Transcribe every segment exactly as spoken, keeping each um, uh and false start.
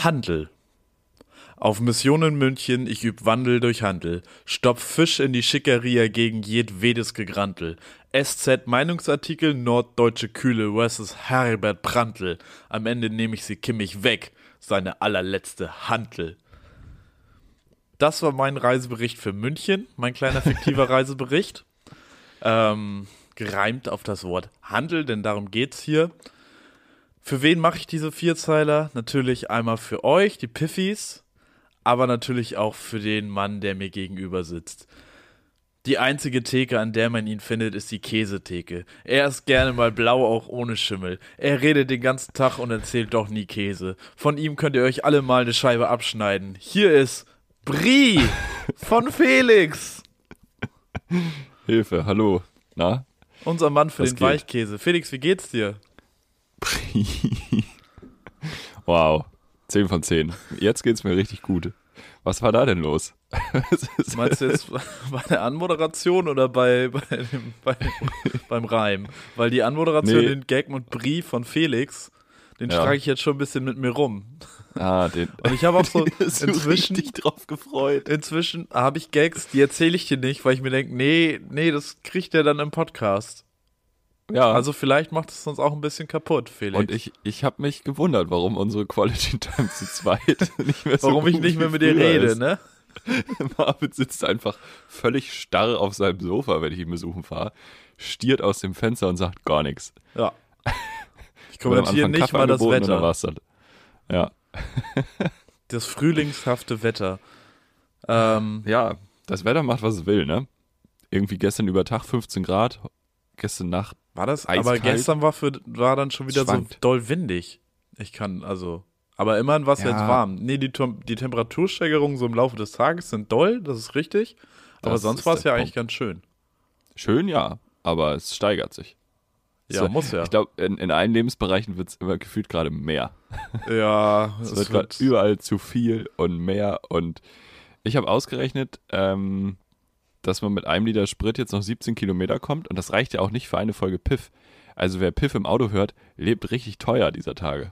Handel. Auf Mission in München, ich üb Wandel durch Handel. Stopf Fisch in die Schickeria gegen jedwedes Gegrantel. S Z Meinungsartikel, norddeutsche Kühle versus Herbert Prantl. Am Ende nehme ich sie kimmig weg, seine allerletzte Hantel. Das war mein Reisebericht für München, mein kleiner fiktiver Reisebericht. Ähm, gereimt auf das Wort Handel, denn darum geht's hier. Für wen mache ich diese Vierzeiler? Natürlich einmal für euch, die Piffis, aber natürlich auch für den Mann, der mir gegenüber sitzt. Die einzige Theke, an der man ihn findet, ist die Käsetheke. Er ist gerne mal blau, auch ohne Schimmel. Er redet den ganzen Tag und erzählt doch nie Käse. Von ihm könnt ihr euch alle mal eine Scheibe abschneiden. Hier ist Brie von Felix. Hilfe, hallo. Na? Unser Mann für Was den geht? Weichkäse. Felix, wie geht's dir? Wow, zehn von zehn. Jetzt geht's mir richtig gut. Was war da denn los? Meinst du jetzt bei der Anmoderation oder bei, bei dem, bei, beim Reim? Weil die Anmoderation, Nee. den Gag mit Brie von Felix, den Ja. trage ich jetzt schon ein bisschen mit mir rum. Ah, den. Und ich habe auch so Hast du inzwischen, richtig drauf gefreut. inzwischen habe ich Gags, die erzähle ich dir nicht, weil ich mir denke, nee, nee, das kriegt er dann im Podcast. Ja, Also vielleicht macht es uns auch ein bisschen kaputt, Felix. und ich, ich habe mich gewundert, warum unsere Quality Time zu zweit nicht mehr so Warum ich gut nicht wie mehr mit dir früher rede, ist. ne? Marvin sitzt einfach völlig starr auf seinem Sofa, wenn ich ihn besuchen fahre, stiert aus dem Fenster und sagt gar nichts. Ja. Ich Wurde am kommentiere Anfang nicht Kaffee mal das angeboten und dann Wetter. war's dann. Ja. Das frühlingshafte Wetter. Ähm, Ja, das Wetter macht, was es will, ne? Irgendwie gestern über Tag fünfzehn Grad, gestern Nacht. war das, aber Eiskalt. gestern war, für, war dann schon wieder Schwankt. so doll windig. Ich kann, also, aber immerhin war es Ja. jetzt warm. Nee, die, Tem- die Temperatursteigerungen so im Laufe des Tages sind doll, das ist richtig. Aber Das sonst ist war es der ja eigentlich Punkt. ganz schön. Schön, ja, aber es steigert sich. Ja, So, muss ja. Ich glaube, in, in allen Lebensbereichen wird es immer gefühlt gerade mehr. Ja, Es wird gerade überall zu viel und mehr. Und ich habe ausgerechnet, ähm, dass man mit einem Liter Sprit jetzt noch siebzehn Kilometer kommt. Und das reicht ja auch nicht für eine Folge Piff. Also wer Piff im Auto hört, lebt richtig teuer dieser Tage.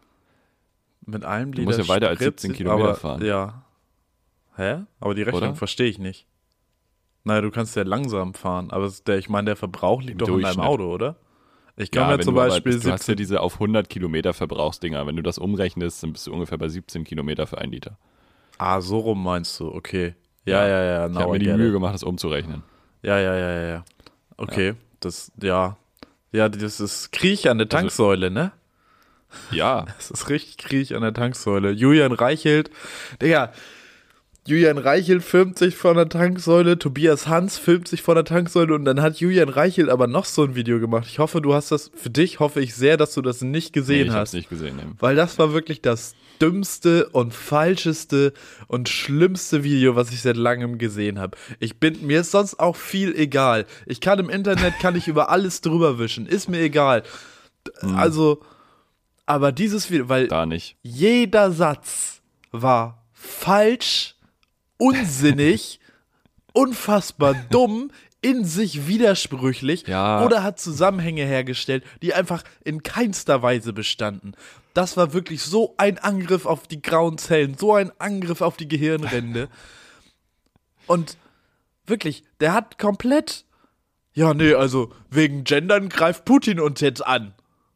mit einem Du Liter musst ja weiter als Sprit, siebzehn Kilometer aber, fahren. Ja. Hä? Aber die Rechnung Oder? verstehe ich nicht. Naja, du kannst ja langsam fahren, aber es- der, ich meine, der Verbrauch liegt Im doch in deinem Durchschnitt. Auto, oder? Ich kann Ja, mir wenn zum du aber- Beispiel du hast ja siebzehn diese auf hundert Kilometer Verbrauchsdinger. Wenn du das umrechnest, dann bist du ungefähr bei siebzehn Kilometer für ein Liter. Ah, so rum meinst du, okay. Ja, ja, ja, Ich habe now mir I die get Mühe it. gemacht, das umzurechnen. Ja, ja, ja, ja, ja. Okay, das, ja. Ja, das ist Kriech an der Also- Tanksäule, ne? Ja, Das ist richtig Kriech an der Tanksäule. Julian Reichelt, Digga, Julian Reichelt filmt sich vor der Tanksäule, Tobias Hans filmt sich vor der Tanksäule und dann hat Julian Reichelt aber noch so ein Video gemacht. Ich hoffe, du hast das, für dich hoffe ich sehr, dass du das nicht nee, gesehen ich habe hast. es nicht gesehen. Nee. Weil das war wirklich das dümmste und falscheste und schlimmste Video, was ich seit langem gesehen habe. Ich bin, mir ist sonst auch viel egal. Ich kann im Internet, kann ich über alles drüber wischen. Ist mir egal. Also, aber dieses Video, weil Da nicht. jeder Satz war falsch, unsinnig, unfassbar dumm, in sich widersprüchlich Ja. oder hat Zusammenhänge hergestellt, die einfach in keinster Weise bestanden. Das war wirklich so ein Angriff auf die grauen Zellen, so ein Angriff auf die Gehirnrinde. Und wirklich, der hat komplett, ja, nee, also wegen Gendern greift Putin uns jetzt an.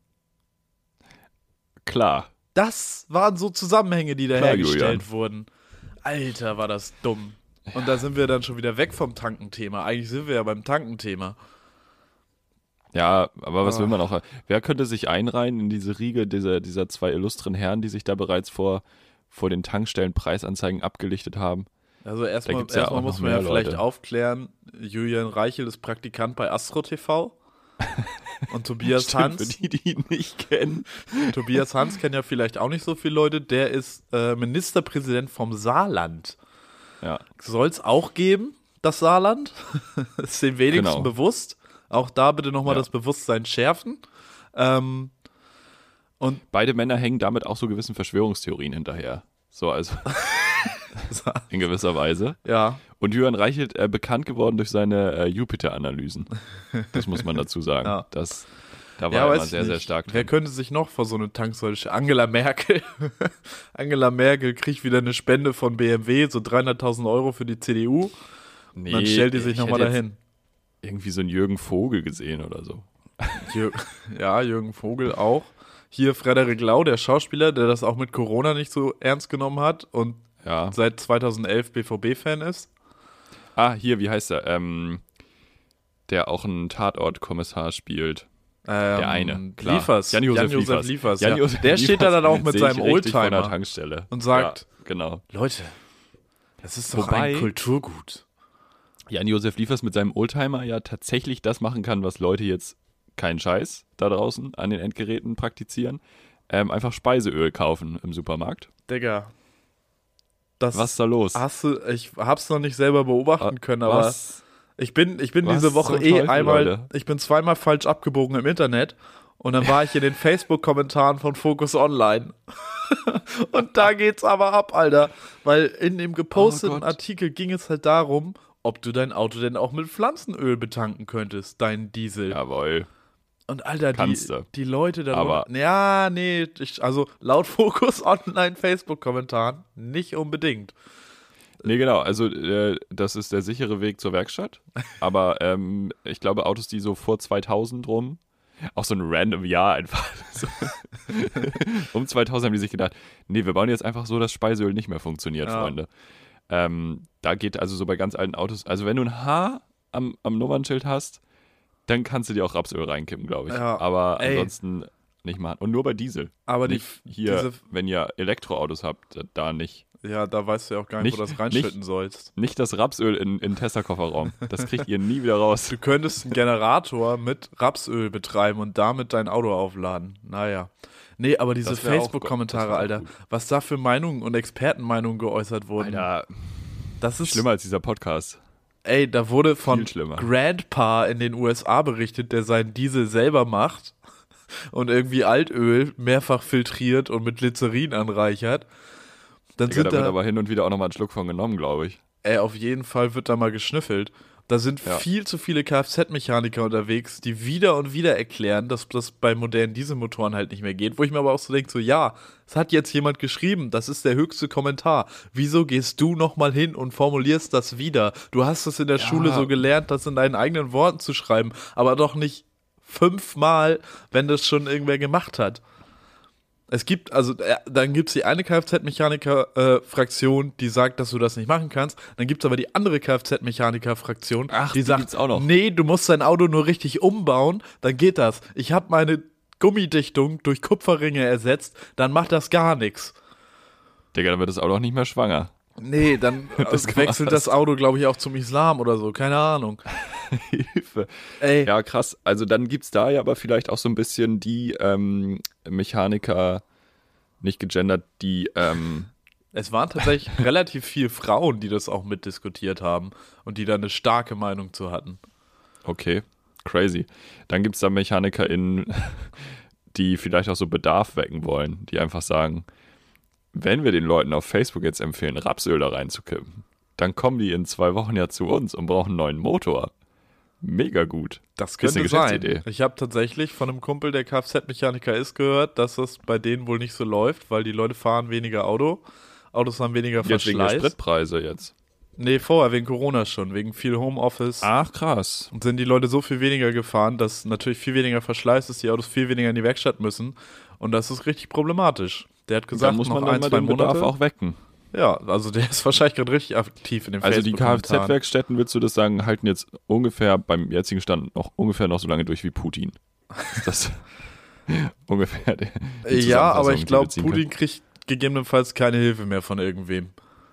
Klar. Das waren so Zusammenhänge, die da Klar, hergestellt Julian. wurden. Alter, war das dumm. Und da sind wir dann schon wieder weg vom Tankenthema. Eigentlich sind wir ja beim Tankenthema. Ja, aber was Ah. will man auch? Wer könnte sich einreihen in diese Riege dieser, dieser zwei illustren Herren, die sich da bereits vor, vor den Tankstellen Preisanzeigen abgelichtet haben? Also erstmal, gibt's ja erstmal auch muss noch man ja mehr vielleicht Leute. aufklären, Julian Reichel ist Praktikant bei Astro T V. Und Tobias Stimmt, Hans, für die, die ihn nicht kennen. Tobias Hans kennen ja vielleicht auch nicht so viele Leute, der ist äh, Ministerpräsident vom Saarland. Ja, Soll es auch geben, das Saarland? Ist den wenigsten Genau. bewusst. Auch da bitte nochmal Ja. das Bewusstsein schärfen. Ähm, beide Männer hängen damit auch so gewissen Verschwörungstheorien hinterher. So, also in gewisser Weise. ja, Und Julian Reichelt äh, bekannt geworden durch seine äh, Jupiter-Analysen. Das muss man dazu sagen. Ja. Das Da war Ja, er weiß immer ich sehr, nicht. sehr stark Wer drin. könnte sich noch vor so eine Tanksäule stellen? Angela Merkel. Angela Merkel kriegt wieder eine Spende von B M W, so dreihunderttausend Euro für die C D U. Nee, Und dann stellt die sich ich nochmal hätte jetzt dahin. irgendwie so einen Jürgen Vogel gesehen oder so. Jür ja, Jürgen Vogel auch. Hier Frederik Lau, der Schauspieler, der das auch mit Corona nicht so ernst genommen hat und Ja. seit zweitausendelf B V B-Fan ist. Ah, hier, wie heißt er? Ähm, der auch einen Tatortkommissar spielt. Ähm, Der eine, klar. Liefers. Jan-Josef Jan-Josef Liefers. Liefers, Jan ja. Josef Der steht da dann auch mit sehe seinem ich richtig vor der Oldtimer Tankstelle. und sagt, Ja, genau. Leute, das ist doch Wobei- ein Kulturgut. Jan-Josef Liefers mit seinem Oldtimer ja tatsächlich das machen kann, was Leute jetzt keinen Scheiß da draußen an den Endgeräten praktizieren. Ähm, einfach Speiseöl kaufen im Supermarkt. Digga. Das Was ist da los? hast du, ich hab's noch nicht selber beobachten können, aber Was? ich bin, ich bin Was diese Woche zum eh Teufel, einmal, Leute? ich bin zweimal falsch abgebogen im Internet und dann war ich in den Facebook-Kommentaren von Focus Online. Und da geht's aber ab, Alter. Weil in dem geposteten Oh Gott. Artikel ging es halt darum, ob du dein Auto denn auch mit Pflanzenöl betanken könntest, dein Diesel. Jawohl. Und Alter, die, Kannst du. die Leute da Aber- drunter- ja, nee, ich, also laut Focus Online Facebook-Kommentaren nicht unbedingt. Nee, genau. Also äh, das ist der sichere Weg zur Werkstatt. Aber ähm, ich glaube, Autos, die so vor zweitausend rum, auch so ein random Jahr einfach, so, um zweitausend haben die sich gedacht, nee, wir bauen jetzt einfach so, dass Speiseöl nicht mehr funktioniert, Ja. Freunde. Ähm, da geht also so bei ganz alten Autos, also wenn du ein Haar am, am Nummernschild hast, dann kannst du dir auch Rapsöl reinkippen, glaube ich. Ja. Aber Ey. ansonsten nicht machen. Und nur bei Diesel. Aber die, Nicht hier, diese, wenn ihr Elektroautos habt, da nicht. ja, da weißt du ja auch gar nicht, wo Nicht- das reinschütten sollst. Nicht das Rapsöl in, in Tesla-Kofferraum. Das kriegt ihr nie wieder raus. Du könntest einen Generator mit Rapsöl betreiben und damit dein Auto aufladen. Naja. Nee, aber diese Das wär auch Facebook-Kommentare, gut. Das wär auch Alter, gut. was da für Meinungen und Expertenmeinungen geäußert wurden. Alter, das ist, schlimmer als dieser Podcast. ey, da wurde von Viel schlimmer. Grandpa in den U S A berichtet, der seinen Diesel selber macht und irgendwie Altöl mehrfach filtriert und mit Glycerin anreichert. Dann Digga, sind da wird da, aber hin und wieder auch nochmal einen Schluck von genommen, glaube ich. ey, auf jeden Fall wird da mal geschnüffelt. Da sind Ja. viel zu viele Kfz-Mechaniker unterwegs, die wieder und wieder erklären, dass das bei modernen Dieselmotoren halt nicht mehr geht. Wo ich mir aber auch so denke, so ja, es hat jetzt jemand geschrieben, das ist der höchste Kommentar. Wieso gehst du nochmal hin und formulierst das wieder? Du hast es in der Ja. Schule so gelernt, das in deinen eigenen Worten zu schreiben, aber doch nicht fünfmal, wenn das schon irgendwer gemacht hat. Es gibt, also äh, dann gibt es die eine Kfz-Mechaniker-Fraktion, die sagt, dass du das nicht machen kannst. Dann gibt es aber die andere Kfz-Mechaniker-Fraktion, Ach, die die sagt, gibt's auch noch. nee, du musst dein Auto nur richtig umbauen, dann geht das. Ich habe meine Gummidichtung durch Kupferringe ersetzt, dann macht das gar nichts. Digga, dann wird das Auto auch nicht mehr schwanger. Nee, dann Das äh, kann man wechselt fast- das Auto, glaube ich, auch zum Islam oder so, keine Ahnung. Hilfe. Ey, Ja, krass. Also dann gibt es da ja aber vielleicht auch so ein bisschen die ähm, Mechaniker, nicht gegendert, die, ähm, es waren tatsächlich relativ viele Frauen, die das auch mitdiskutiert haben und die da eine starke Meinung zu hatten. okay, crazy. Dann gibt es da MechanikerInnen, die vielleicht auch so Bedarf wecken wollen, die einfach sagen, wenn wir den Leuten auf Facebook jetzt empfehlen, Rapsöl da reinzukippen, dann kommen die in zwei Wochen ja zu uns und brauchen einen neuen Motor. Mega gut. Das Ist eine könnte sein. Geschäftsidee. Ich habe tatsächlich von einem Kumpel, der Kfz-Mechaniker ist, gehört, dass das bei denen wohl nicht so läuft, weil die Leute fahren weniger Auto. Autos haben weniger Jetzt wegen der Verschleiß. Spritpreise jetzt. Nee, vorher, wegen Corona schon, wegen viel Homeoffice. Ach, krass. Und sind die Leute so viel weniger gefahren, dass natürlich viel weniger Verschleiß ist, die Autos viel weniger in die Werkstatt müssen. Und das ist richtig problematisch. Der hat Da gesagt, muss man noch dann ein, mal zwei den Bedarf Monate. auch wecken. Ja, also der ist wahrscheinlich gerade richtig aktiv in den Also die Facebook-Kommentaren. Kfz-Werkstätten, willst du das sagen, halten jetzt ungefähr beim jetzigen Stand noch ungefähr noch so lange durch wie Putin. Ist das ungefähr die, die Ja, aber Zusammenfassung, ich die glaube, wir ziehen können? Putin kriegt gegebenenfalls keine Hilfe mehr von irgendwem.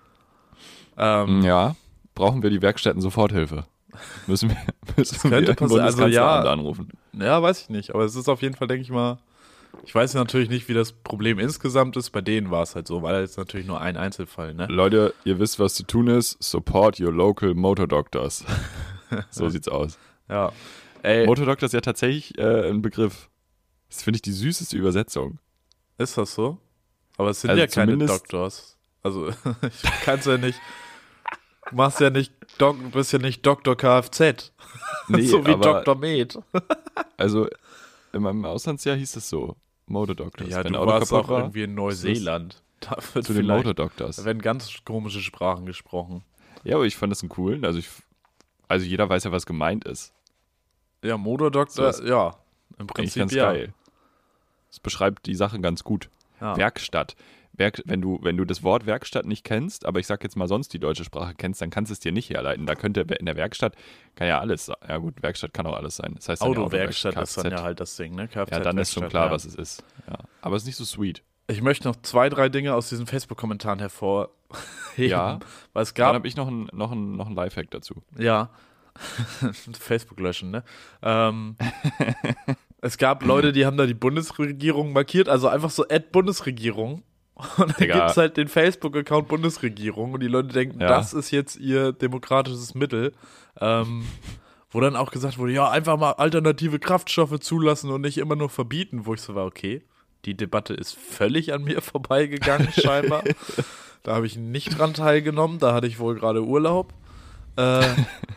Ähm, Hm, Ja, brauchen wir die Werkstätten Soforthilfe. Müssen wir, müssen wir könnte im passieren. Also, Bundeskanzleramt ja. anrufen. Ja, weiß ich nicht. Aber es ist auf jeden Fall, denke ich mal, ich weiß natürlich nicht, wie das Problem insgesamt ist. Bei denen war es halt so, weil es natürlich nur ein Einzelfall, ne? Leute, ihr wisst, was zu tun ist. Support your local motor doctors. So sieht's aus. Ja. Ey, Motor Doctor ist ja tatsächlich äh, ein Begriff. Das finde ich die süßeste Übersetzung. ist das so? Aber es sind Also ja keine zumindest- Doktors. Also, ich kann's ja nicht. Du machst ja nicht, Dok, du bist ja nicht Doktor Kfz. Nee, so wie aber- Doktor Med. Also in meinem Auslandsjahr hieß es so, Motor Doctors. Ja, Wenn du ein Auto warst kaputt auch war, irgendwie in Neuseeland. Da wird zu den vielleicht, Motor Doctors. da werden ganz komische Sprachen gesprochen. Ja, aber ich fand das einen coolen, also ich, also jeder weiß ja, was gemeint ist. Ja, Motor Doctor, So, ja, im Eigentlich Prinzip ganz ja. geil. Das beschreibt die Sache ganz gut. Ja. Werkstatt. Werk, wenn, du, wenn du das Wort Werkstatt nicht kennst, aber ich sag jetzt mal sonst die deutsche Sprache kennst, dann kannst du es dir nicht herleiten. Da könnte in der Werkstatt, kann ja alles sein. Ja gut, Werkstatt kann auch alles sein. Das heißt dann ja Autowerkstatt Autowerkstatt, ist dann ja halt das Ding, ne? Ja, dann ist schon klar, ja. was es ist. Ja. Aber es ist nicht so sweet. Ich möchte noch zwei, drei Dinge aus diesen Facebook-Kommentaren hervorheben. Ja, Weil es dann gab, habe ich noch einen noch ein, noch ein Lifehack dazu. ja, Facebook löschen, ne? Ähm, es gab Leute, die haben da die Bundesregierung markiert, also einfach so Ad Bundesregierung. Und dann Digga. gibt es halt den Facebook-Account Bundesregierung und die Leute denken, Ja. das ist jetzt ihr demokratisches Mittel. Ähm, wo dann auch gesagt wurde, ja, einfach mal alternative Kraftstoffe zulassen und nicht immer nur verbieten, wo ich so war, okay, die Debatte ist völlig an mir vorbeigegangen scheinbar. Da habe ich nicht dran teilgenommen, da hatte ich wohl gerade Urlaub. Äh,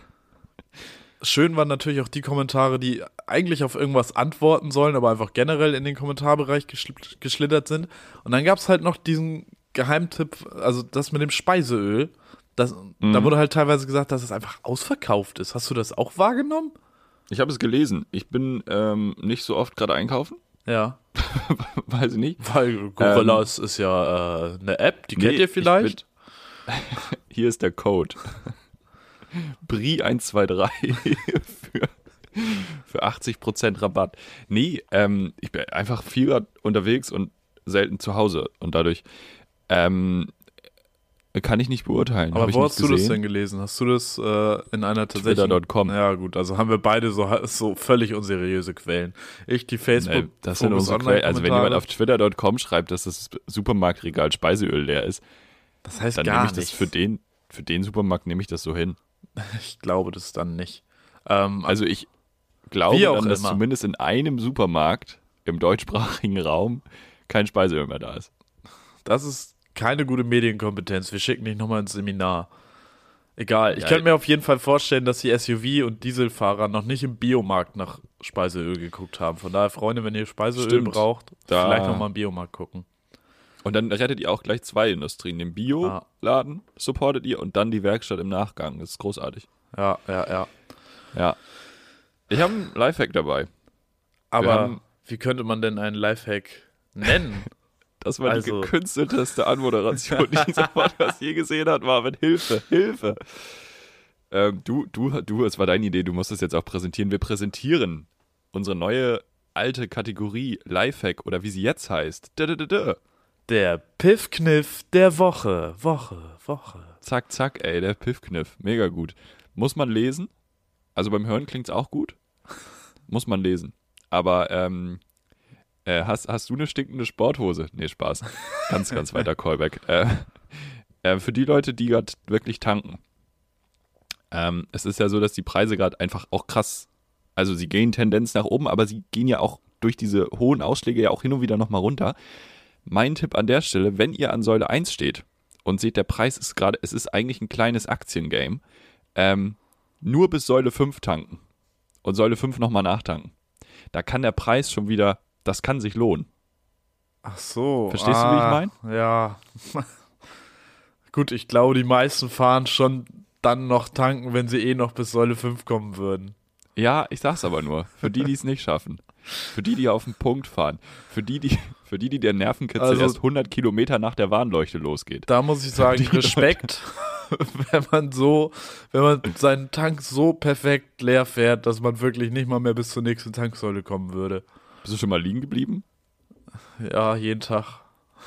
schön waren natürlich auch die Kommentare, die eigentlich auf irgendwas antworten sollen, aber einfach generell in den Kommentarbereich geschl- geschlittert sind. Und dann gab es halt noch diesen Geheimtipp, also das mit dem Speiseöl. Das, Mhm. Da wurde halt teilweise gesagt, dass es einfach ausverkauft ist. Hast du das auch wahrgenommen? Ich habe es gelesen. Ich bin ähm, nicht so oft gerade einkaufen. Ja. Weiß ich nicht. Weil Gorillas ist ja äh, eine App, die kennt Nee, ihr vielleicht. ich bin- Hier ist der Code. Brie eins zwei drei für, für achtzig Prozent Rabatt. Nee, ähm, ich bin einfach viel grad unterwegs und selten zu Hause. Und dadurch ähm, kann ich nicht beurteilen. Aber Hab ich wo nicht hast du das gesehen. denn gelesen? Hast du das äh, in einer tatsächlichen... Twitter Punkt com. Ja gut, also haben wir beide so, so völlig unseriöse Quellen. Ich die Facebook... Nee, das sind unsere Quellen. Also wenn jemand auf Twitter Punkt com schreibt, dass das Supermarktregal Speiseöl leer ist, Das heißt dann gar nehme ich das nichts. für den, für den Supermarkt nehme ich das so hin. Ich glaube das dann nicht. Ähm, Also ich glaube Wie auch dann, dass immer. zumindest in einem Supermarkt im deutschsprachigen Raum kein Speiseöl mehr da ist. das ist keine gute Medienkompetenz. Wir schicken dich nochmal ins Seminar. Egal. Ich Ja, könnte mir auf jeden Fall vorstellen, dass die S U V- und Dieselfahrer noch nicht im Biomarkt nach Speiseöl geguckt haben. Von daher, Freunde, wenn ihr Speiseöl Stimmt. braucht, Da- vielleicht nochmal im Biomarkt gucken. Und dann rettet ihr auch gleich zwei Industrien. Den Bioladen supportet ihr und dann die Werkstatt im Nachgang. Das ist großartig. Ja, ja, ja. Ja. Ich habe einen Lifehack dabei. Aber haben- wie könnte man denn einen Lifehack nennen? Das war Also- die gekünstelteste Anmoderation, die dieser Podcast je gesehen hat, Marvin. Hilfe, Hilfe. Ähm, du, du, du, es war deine Idee, du musst es jetzt auch präsentieren. Wir präsentieren unsere neue alte Kategorie Lifehack oder wie sie jetzt heißt. Da, da, da, da. Der Piffkniff der Woche. Woche, Woche. Zack, zack, ey, der Piffkniff. Mega gut. Muss man lesen. Also beim Hören klingt es auch gut. Muss man lesen. Aber ähm, äh, hast, hast du eine stinkende Sporthose? Nee, Spaß. Ganz, ganz weiter Callback. Äh, äh, für die Leute, die gerade wirklich tanken. Ähm, es ist ja so, dass die Preise gerade einfach auch krass, also sie gehen Tendenz nach oben, aber sie gehen ja auch durch diese hohen Ausschläge ja auch hin und wieder nochmal runter. Mein Tipp an der Stelle, wenn ihr an Säule eins steht und seht, der Preis ist gerade, es ist eigentlich ein kleines Aktiengame, ähm, nur bis Säule fünf tanken und Säule fünf nochmal nachtanken. Da kann der Preis schon wieder, das kann sich lohnen. Ach so. Verstehst du, wie ich mein? Ja. Gut, ich glaube, die meisten fahren schon dann noch tanken, wenn sie eh noch bis Säule fünf kommen würden. Ja, ich sag's aber nur, für die, die es nicht schaffen. Für die, die auf den Punkt fahren. Für die, die, für die, die der Nervenkitzel Also- erst hundert Kilometer nach der Warnleuchte losgeht. Da muss ich sagen, Die Respekt, wenn man so, wenn man seinen Tank so perfekt leer fährt, dass man wirklich nicht mal mehr bis zur nächsten Tanksäule kommen würde. Bist du schon mal liegen geblieben? Ja, jeden Tag.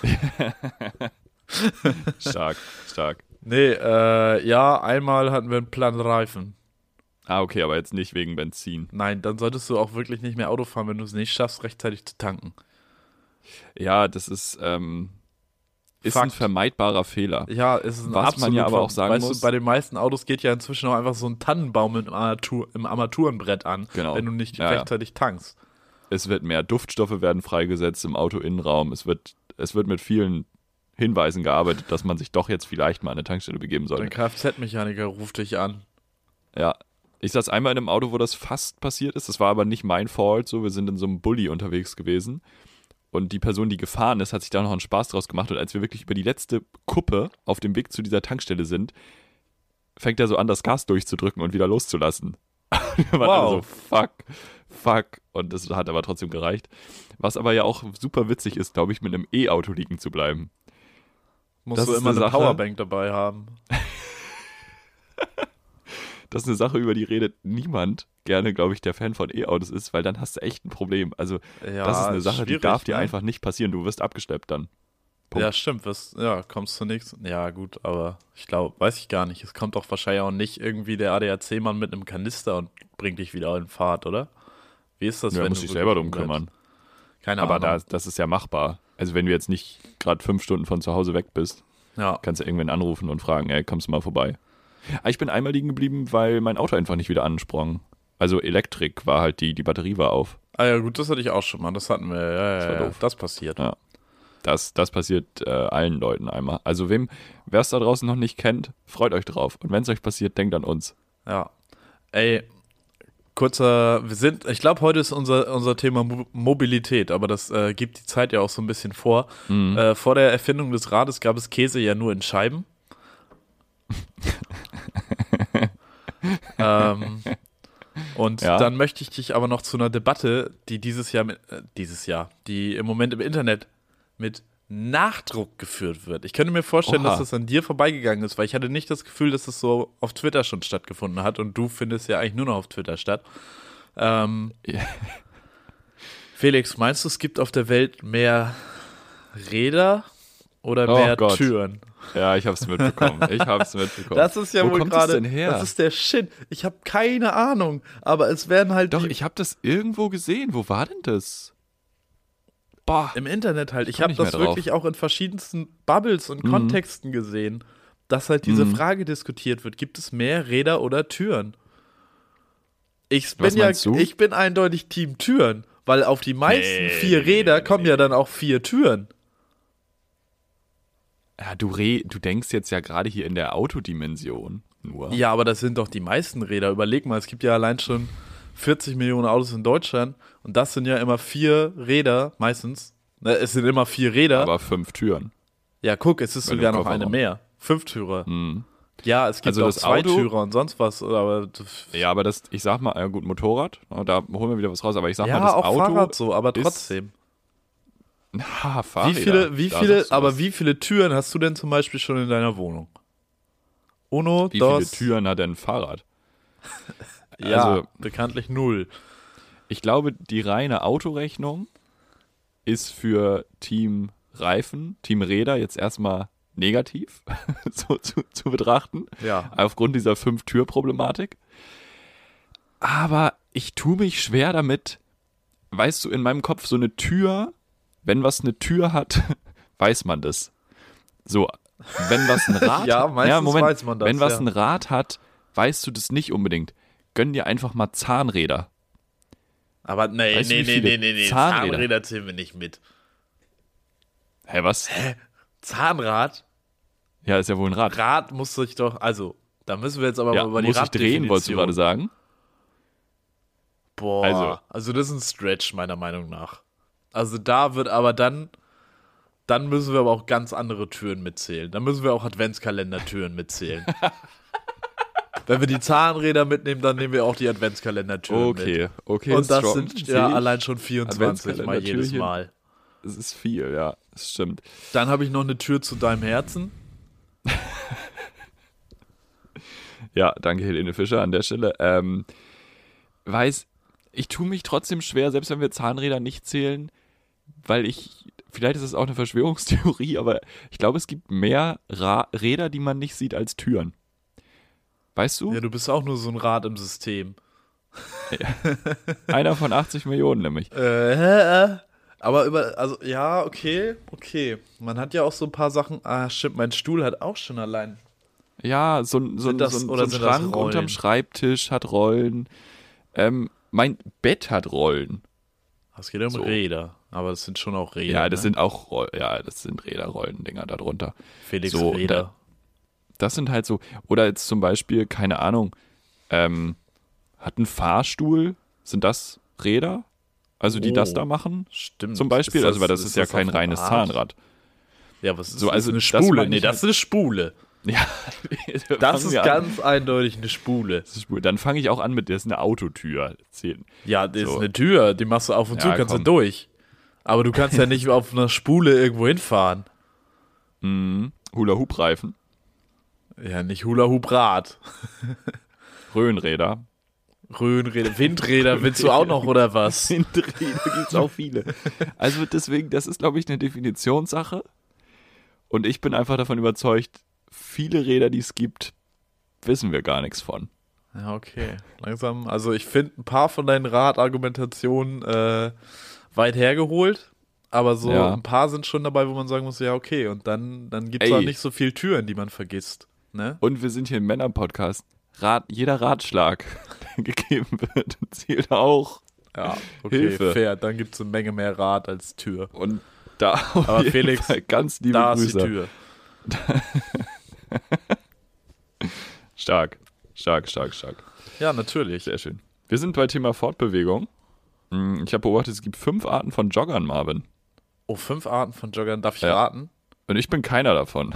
Stark, stark. Nee, äh, ja, einmal hatten wir einen Plan Reifen. Ah, okay, aber jetzt nicht wegen Benzin. Nein, dann solltest du auch wirklich nicht mehr Auto fahren, wenn du es nicht schaffst, rechtzeitig zu tanken. Ja, das ist, ähm, ist Fakt. ein vermeidbarer Fehler. Ja, es ist ein Was man absolut ja aber auch ver- sagen weißt muss- du, bei den meisten Autos geht ja inzwischen auch einfach so ein Tannenbaum im, Armatur, im Armaturenbrett an, Genau. wenn du nicht Ja, ja. rechtzeitig tankst. Es wird mehr Duftstoffe werden freigesetzt im Autoinnenraum. Es wird, es wird mit vielen Hinweisen gearbeitet, dass man sich doch jetzt vielleicht mal an eine Tankstelle begeben sollte. Dein Kfz-Mechaniker ruft dich an. Ja, Ich saß einmal in einem Auto, wo das fast passiert ist. Das war aber nicht mein Fault. So, wir sind in so einem Bulli unterwegs gewesen. Und die Person, die gefahren ist, hat sich da noch einen Spaß draus gemacht. Und als wir wirklich über die letzte Kuppe auf dem Weg zu dieser Tankstelle sind, fängt er so an, das Gas durchzudrücken und wieder loszulassen. Wir waren alle so, fuck, fuck. Und das hat aber trotzdem gereicht. Was aber ja auch super witzig ist, glaube ich, mit einem E-Auto liegen zu bleiben. Musst das du immer eine, eine Powerbank dabei haben. Das ist eine Sache, über die redet niemand gerne, glaube ich, der Fan von E-Autos ist, weil dann hast du echt ein Problem. Also ja, das ist eine Sache, die darf dir ne? einfach nicht passieren. Du wirst abgeschleppt dann. Punkt. Ja, stimmt. Was, ja, kommst du nichts. Ja, gut, aber ich glaube, weiß ich gar nicht. Es kommt doch wahrscheinlich auch nicht irgendwie der A D A C-Mann mit einem Kanister und bringt dich wieder in Fahrt, oder? Wie ist das, ja, wenn muss du dich selber drum kümmern. Keine aber Ahnung. Aber da, das ist ja machbar. Also wenn du jetzt nicht gerade fünf Stunden von zu Hause weg bist, ja. kannst du irgendwen anrufen und fragen, ey, kommst du mal vorbei. Aber ich bin einmal liegen geblieben, weil mein Auto einfach nicht wieder ansprang. Also Elektrik war halt die, die Batterie war auf. Ah ja, gut, das hatte ich auch schon mal. Das hatten wir, ja, ja, das, war ja, doof. Das passiert. Ja. Das, das passiert äh, allen Leuten einmal. Also wem, wer es da draußen noch nicht kennt, freut euch drauf. Und wenn es euch passiert, denkt an uns. Ja. Ey, kurzer, wir sind, ich glaube, heute ist unser, unser Thema Mo- Mobilität, aber das äh, gibt die Zeit ja auch so ein bisschen vor. Mhm. Äh, vor der Erfindung des Rades gab es Käse ja nur in Scheiben. ähm, und ja. dann möchte ich dich aber noch zu einer Debatte, die dieses Jahr, mit, äh, dieses Jahr, die im Moment im Internet mit Nachdruck geführt wird. Ich könnte mir vorstellen, Oha. dass das an dir vorbeigegangen ist, weil ich hatte nicht das Gefühl, dass das so auf Twitter schon stattgefunden hat und du findest ja eigentlich nur noch auf Twitter statt. Ähm, yeah. Felix, meinst du, es gibt auf der Welt mehr Räder oder Oh mehr Gott. Türen? Ja, ich hab's mitbekommen. Ich hab's mitbekommen. Das ist ja Wo wohl kommt gerade, das denn her? das ist der Shit. Ich habe keine Ahnung, aber es werden halt Doch, die, ich habe das irgendwo gesehen. Wo war denn das? Boah. im Internet halt. Ich Komm habe nicht mehr das drauf. wirklich auch in verschiedensten Bubbles und Mhm. Kontexten gesehen, dass halt diese Mhm. Frage diskutiert wird. Gibt es mehr Räder oder Türen? Ich Was bin ja, meinst du? ich bin eindeutig Team Türen, weil auf die meisten Nee, vier nee, Räder nee, kommen nee. ja dann auch vier Türen. Ja, du, re du denkst jetzt ja gerade hier in der Autodimension nur. Ja, aber das sind doch die meisten Räder. Überleg mal, es gibt ja allein schon vierzig Millionen Autos in Deutschland und das sind ja immer vier Räder, meistens. Ne, es sind immer vier Räder. Aber fünf Türen. Ja, guck, es ist Wenn sogar du noch Kofferraum- eine mehr. Fünf Türer. Mhm. Ja, es gibt Also auch das zwei Auto- Türer und sonst was. Aber Ja, aber das, ich sag mal, ja gut, Motorrad, da holen wir wieder was raus, aber ich sag ja, mal, das auch Auto. Fahrrad so, aber ist- trotzdem. Ha, Wie Fahrräder, viele, wie da viele, sagst du aber was. wie viele Türen hast du denn zum Beispiel schon in deiner Wohnung? Uno, Wie dos, viele Türen hat denn ein Fahrrad? Ja, Also- bekanntlich null. Ich glaube, die reine Autorechnung ist für Team Reifen, Team Räder jetzt erstmal negativ so zu, zu betrachten, Ja. aufgrund dieser Fünf-Tür-Problematik. Aber ich tue mich schwer damit, weißt du, in meinem Kopf so eine Tür, wenn was eine Tür hat, weiß man das. So, wenn was ein Rad Ja, hat, meistens Moment, weiß man das, wenn was ja. ein Rad hat, weißt du das nicht unbedingt. Gönn dir einfach mal Zahnräder. Aber nee, Weißt du, nee, wie nee, viele nee, nee, nee. Zahnräder? Zahnräder zählen wir nicht mit. Hä, was? Zahnrad? Ja, ist ja wohl ein Rad. Rad muss sich doch, also, da müssen wir jetzt aber Ja, mal über die muss ich drehen, wolltest du Raddefinition. gerade sagen? Boah, also. Also- das ist ein Stretch, meiner Meinung nach. Also da wird aber dann, dann müssen wir aber auch ganz andere Türen mitzählen. Dann müssen wir auch Adventskalender-Türen mitzählen. Wenn wir die Zahnräder mitnehmen, dann nehmen wir auch die Adventskalender-Türen mit. Okay, okay. Und das strong. sind Sehe ja ich. allein schon vierundzwanzig mal jedes Adventskalender-Türchen. Mal. Es ist viel, ja, das stimmt. Dann habe ich noch eine Tür zu deinem Herzen. Ja, danke Helene Fischer an der Stelle. Ähm, weiß, ich tue mich trotzdem schwer, selbst wenn wir Zahnräder nicht zählen, weil ich, vielleicht ist es auch eine Verschwörungstheorie, aber ich glaube, es gibt mehr Ra Räder, die man nicht sieht, als Türen. Weißt du? Ja, du bist auch nur so ein Rad im System. Einer von achtzig Millionen nämlich. Äh, äh, aber über, also, ja, okay, okay. Man hat ja auch so ein paar Sachen, ah, stimmt, mein Stuhl hat auch schon allein. Ja, so, ein- so, Sind ein- das- so, ein- oder so ein sind das Schrank Rollen? unterm Schreibtisch hat Rollen. Ähm, mein Bett hat Rollen. Es geht ja um So. Räder, aber das sind schon auch Räder. Ja, das ne? sind auch Roll ja, das sind Räderrollendinger da drunter. Felix so, Räder. Das sind halt so, oder jetzt zum Beispiel, keine Ahnung, ähm, Hat ein Fahrstuhl, sind das Räder? Also die Oh, das da machen? Stimmt. Zum Beispiel? Ist also weil das ist, ist ja das kein auf eine reines Art? Zahnrad. Ja, was ist So, das? also Eine das Spule? meine Nee, ich das halt- ist eine Spule. Ja, Das ist ganz eindeutig eine Spule. Das ist Spule. Dann fange ich auch an mit, das ist eine Autotür. Zehn. Ja, das So. ist eine Tür, die machst du auf und zu, Ja, kannst komm. du durch. Aber du kannst ja nicht auf einer Spule irgendwo hinfahren. Mhm. Hula-Hoop-Reifen, Ja, nicht Hula-Hoop-Rad. Röhrenräder. Röhrenräder, Windräder willst du auch noch, oder was? Windräder gibt es auch viele. Also deswegen, das ist, glaube ich, eine Definitionssache. Und ich bin einfach davon überzeugt, viele Räder, die es gibt, wissen wir gar nichts von. Ja, okay. Langsam, also ich finde ein paar von deinen Radargumentationen äh, weit hergeholt, aber so Ja. ein paar sind schon dabei, wo man sagen muss, ja, okay, und dann, dann gibt es Ey. auch nicht so viele Türen, die man vergisst. Ne? Und wir sind hier im Männer-Podcast. Rat, jeder Ratschlag, der gegeben wird, zählt auch. Ja, okay, Hilfe. fair. Dann gibt es eine Menge mehr Rad als Tür. Und da auf Aber jeden Felix, Fall ganz liebe Da Grüße. ist die Tür. Stark, stark, stark, stark. Ja, natürlich. Sehr schön. Wir sind bei Thema Fortbewegung. Hm, Ich habe beobachtet, es gibt fünf Arten von Joggern, Marvin. Oh, fünf Arten von Joggern, darf ich Ja. raten? Und ich bin keiner davon.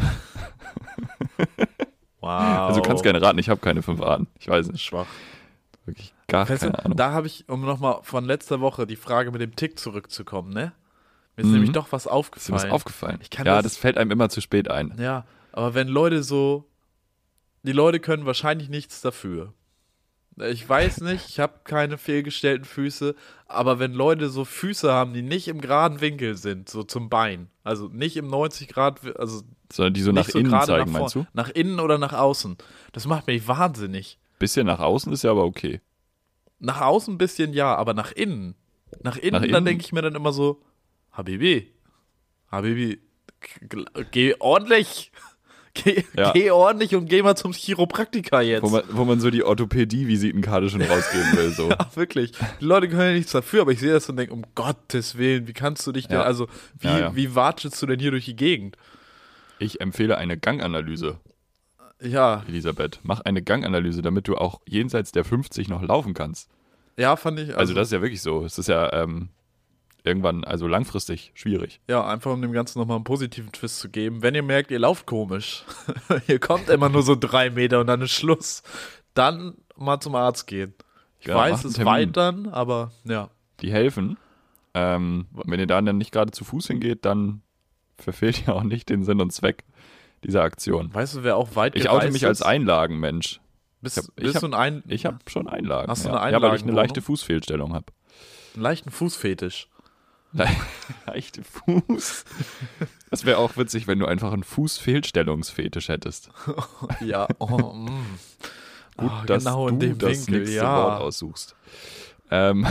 Wow. Also du kannst gerne raten, ich habe keine fünf Arten. Ich weiß nicht. Schwach. Wirklich gar Weißt du, keine Ahnung. da habe ich, um nochmal von letzter Woche die Frage mit dem Tick zurückzukommen, ne? Mir ist Mhm. nämlich doch was Ist dir aufgefallen. was aufgefallen? Ich kann ja, das- das fällt einem immer zu spät ein. Ja, aber wenn Leute so, die Leute können wahrscheinlich nichts dafür. Ich weiß nicht, ich habe keine fehlgestellten Füße, aber wenn Leute so Füße haben, die nicht im geraden Winkel sind, so zum Bein, also nicht im neunzig Grad, also Sondern die so nach nicht so innen gerade zeigen, nach meinst du? vorn, nach innen oder nach außen, das macht mich wahnsinnig. Bisschen nach außen ist ja aber okay. Nach außen ein bisschen ja, aber nach innen, nach innen, Nach dann innen? denke ich mir dann immer so, Habibi, Habibi, g- geh ordentlich, geh, Ja. geh ordentlich und geh mal zum Chiropraktiker jetzt. Wo man, wo man so die Orthopädie-Visitenkarte schon rausgeben will. So. Ja, wirklich. Die Leute können ja nichts dafür, aber ich sehe das und denke, um Gottes Willen, wie kannst du dich denn, Ja. also wie, Ja, ja. wie watschelst du denn hier durch die Gegend? Ich empfehle eine Ganganalyse, Ja, Elisabeth. Mach eine Ganganalyse, damit du auch jenseits der fünfzig noch laufen kannst. ja, fand ich, also, Also das ist ja wirklich so. Es ist ja ähm, irgendwann, also langfristig schwierig. ja, einfach um dem Ganzen nochmal einen positiven Twist zu geben. Wenn ihr merkt, ihr lauft komisch, ihr kommt immer nur so drei Meter und dann ist Schluss, dann mal zum Arzt gehen. Ich Ja, weiß, macht es einen ist Termin. weit dann, aber ja. Die helfen. Ähm, wenn ihr da dann nicht gerade zu Fuß hingeht, dann verfehlt ihr auch nicht den Sinn und Zweck dieser Aktion. Weißt du, wer auch weit Ich gereist oute mich als ist? Einlagenmensch. Bist, ich hab- ich bist hab- du ein, ein, Ich habe schon Einlagen. Hast du ja. eine Ja, weil ich eine Einlagenwohnung? leichte Fußfehlstellung habe. einen leichten Fußfetisch? Leichte Fuß. Das wäre auch witzig, wenn du einfach einen Fußfehlstellungsfetisch hättest. Ja, oh, mm. Gut, Ah, dass genau du in dem das Winkel, nächste ja. Wort aussuchst. Ähm,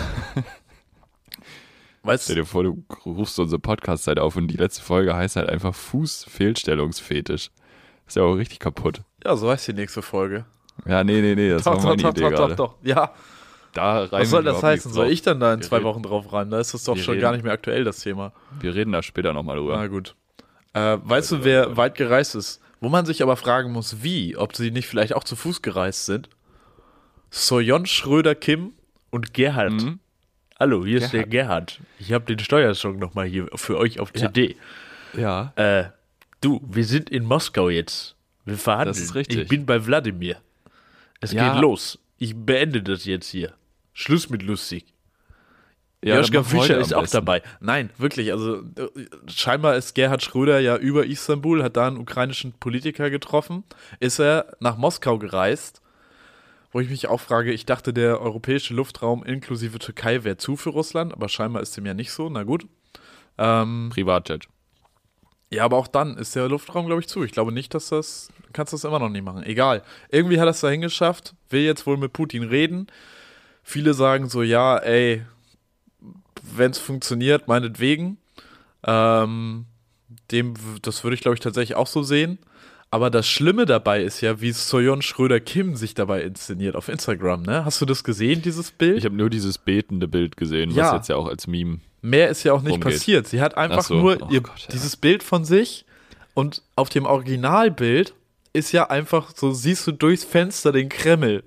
Weißt stell du, dir vor, du rufst unsere Podcast-Seite auf und die letzte Folge heißt halt einfach Fußfehlstellungsfetisch. Ist ja auch richtig kaputt. ja, so heißt die nächste Folge. Ja, nee, nee, nee, das Doch, war doch, meine doch, Idee doch, gerade. doch, doch. Ja, Da reimen was soll wir das überhaupt heißen? nichts Soll drauf. ich dann da in Wir zwei reden- Wochen drauf rein? Da ist das doch wir schon reden- gar nicht mehr aktuell, das Thema. Wir reden da später nochmal drüber. Na gut. Äh, weißt du, wer weit gereist ist? Wo man sich aber fragen muss, wie? Ob sie nicht vielleicht auch zu Fuß gereist sind? Soyon, Schröder, Kim und Gerhard. Mhm. Hallo, hier ist der Gerhard. Gerhard. Ich habe den Steuersong nochmal hier für euch auf Ja. C D. Ja. Äh, du, wir sind in Moskau jetzt. Wir verhandeln. Das ist richtig. Ich bin bei Wladimir. Es Ja. geht los. Ich beende das jetzt hier. Schluss mit lustig. Ja, Joschka dann mach heute Fischer am ist auch besten. dabei. Nein, wirklich, also äh, scheinbar ist Gerhard Schröder ja über Istanbul, hat da einen ukrainischen Politiker getroffen, ist er nach Moskau gereist, wo ich mich auch frage, ich dachte, der europäische Luftraum inklusive Türkei wäre zu für Russland, aber scheinbar ist dem ja nicht so, na gut. Ähm, Privatjet. ja, aber auch dann ist der Luftraum, glaube ich, zu. Ich glaube nicht, dass das, kannst das immer noch nicht machen. Egal. Irgendwie hat er es dahin geschafft, will jetzt wohl mit Putin reden. Viele sagen so, ja, ey, wenn es funktioniert, meinetwegen. Ähm, dem, das würde ich, glaube ich, tatsächlich auch so sehen. Aber das Schlimme dabei ist ja, wie Soyon Schröder-Kim sich dabei inszeniert auf Instagram, ne? Hast du das gesehen, dieses Bild? Ich habe nur dieses betende Bild gesehen, Ja. was jetzt ja auch als Meme. Mehr ist ja auch nicht Rumgeht. passiert. Sie hat einfach Ach so. nur Oh ihr, Gott, ja. dieses Bild von sich und auf dem Originalbild ist ja einfach so, siehst du durchs Fenster den Kreml.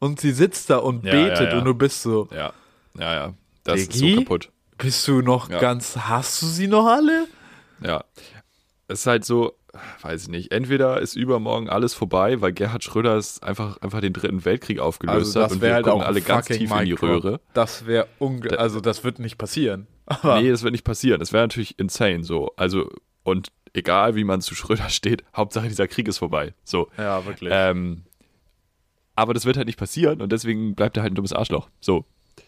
und sie sitzt da und Ja, betet ja, ja. und du bist so, Ja, ja, ja. Das ist Diggi? so kaputt. bist du noch Ja. ganz, hast du sie noch alle? Ja. Es ist halt so, weiß ich nicht, entweder ist übermorgen alles vorbei, weil Gerhard Schröder es einfach, einfach den dritten Weltkrieg aufgelöst Also hat das und wäre wir halt gucken auch alle ein ganz fucking tief in die Mic Drop. Röhre. Das wäre unge... Da- Also das wird nicht passieren. Aber Nee, das wird nicht passieren. Das wäre natürlich insane so. Also, und egal wie man zu Schröder steht, Hauptsache dieser Krieg ist vorbei. So. ja, wirklich. Ähm, aber das wird halt nicht passieren und deswegen bleibt er halt ein dummes Arschloch. So.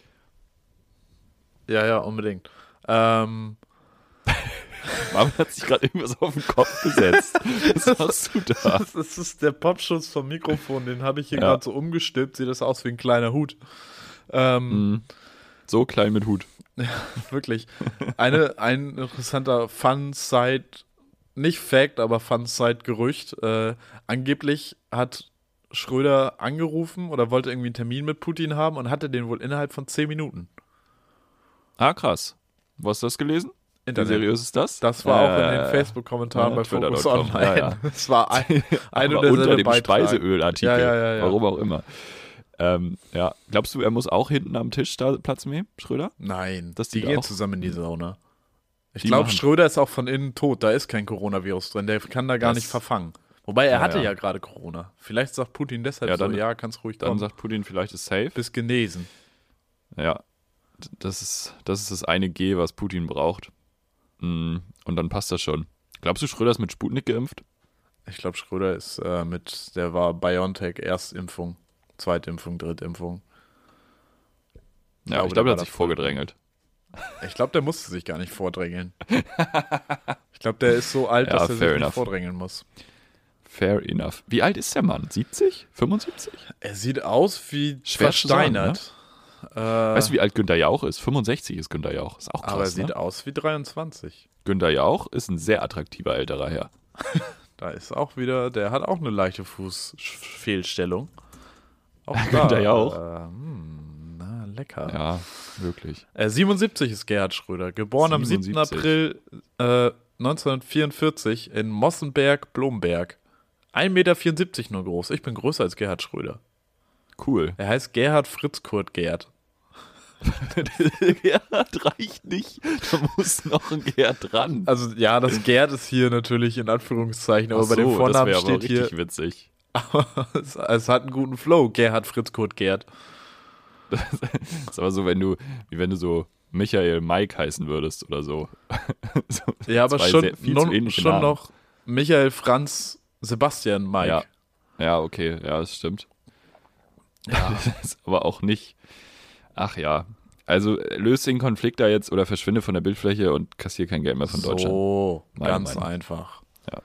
Ja, ja, unbedingt. Ähm, Marvin hat sich gerade irgendwas auf den Kopf gesetzt. Was machst du da? das ist, das ist der Popschutz vom Mikrofon, den habe ich hier Ja. gerade so umgestülpt. Sieht das aus wie ein kleiner Hut. Ähm, Mhm. So klein mit Hut. Wirklich. Eine, ein interessanter Fun-Side, nicht Fact, aber Fun-Side-Gerücht. Äh, angeblich hat Schröder angerufen oder wollte irgendwie einen Termin mit Putin haben und hatte den wohl innerhalb von zehn Minuten. Ah, krass. Wo hast du das gelesen? Wie Internet. seriös ist das? Das war auch in Äh, den Facebook-Kommentaren ja, bei Focus Twitter Punkt com. Online. Ja, ja. Das war ein, ein Aber und unter derselbe dem Beitrag. Speiseölartikel. Ja, ja, ja, ja. Warum auch immer. Ähm, ja. Glaubst du, er muss auch hinten am Tisch da Platz nehmen, Schröder? Nein, Das die die gehen auch- zusammen in die Sauna. Ich Die glaube, machen- Schröder ist auch von innen tot. Da ist kein Coronavirus drin. Der kann da gar Das- nicht verfangen. Wobei, er Ja, hatte ja, ja. gerade Corona. Vielleicht sagt Putin deshalb Ja, dann- so, ja, kannst ruhig Dann kommen. sagt Putin, vielleicht ist safe. Bist genesen. Ja. D- Das ist, das ist das eine G, was Putin braucht. Mm, Und dann passt das schon. Glaubst du, Schröder ist mit Sputnik geimpft? Ich glaube, Schröder ist äh, mit, der war BioNTech, Erstimpfung, Zweitimpfung, Drittimpfung. Ja, glaube, ich der glaube, er war hat sich da voll vorgedrängelt. Ich glaube, der musste sich gar nicht vordrängeln. Ich glaube, der ist so alt, Ja, dass er sich fair nicht enough. vordrängeln muss. Fair enough. Wie alt ist der Mann? siebzig? fünfundsiebzig? Er sieht aus wie Schwer zu sagen, versteinert. Äh, Weißt du, wie alt Günther Jauch ist? fünfundsechzig ist Günther Jauch. Ist auch krass, aber er sieht ne? aus wie dreiundzwanzig. Günther Jauch ist ein sehr attraktiver älterer Herr. Da ist auch wieder, der hat auch eine leichte Fußfehlstellung. Auch Günther Jauch? Äh, hm, na, lecker. Ja, wirklich. Äh, siebenundsiebzig ist Gerhard Schröder, geboren am siebten siebenundsiebzig. April äh, neunzehnhundertvierundvierzig in Mossenberg-Blomberg. ein Meter vierundsiebzig nur groß. Ich bin größer als Gerhard Schröder. Cool. Er heißt Gerhard Fritz Kurt Gerd. Gerhard reicht nicht. Da muss noch ein Gerhard dran. Also ja, das Gerd ist hier natürlich in Anführungszeichen, aber Ach bei dem so, Vornamen das wäre aber steht hier, richtig witzig. es, es hat einen guten Flow, Gerhard Fritz Kurt Gerd. Das ist aber so, wenn du, wie wenn du so Michael Mike heißen würdest oder so. so Ja, aber zwei schon, sehr- viel non, zu ähnliche schon Namen. noch Michael Franz Sebastian Mike. Ja. Ja, okay, ja, das stimmt. Ja. Das ist aber auch nicht. Ach ja. Also äh, löst den Konflikt da jetzt oder verschwinde von der Bildfläche und kassier kein Geld mehr von Deutschland. So, Meine ganz Meinung. einfach.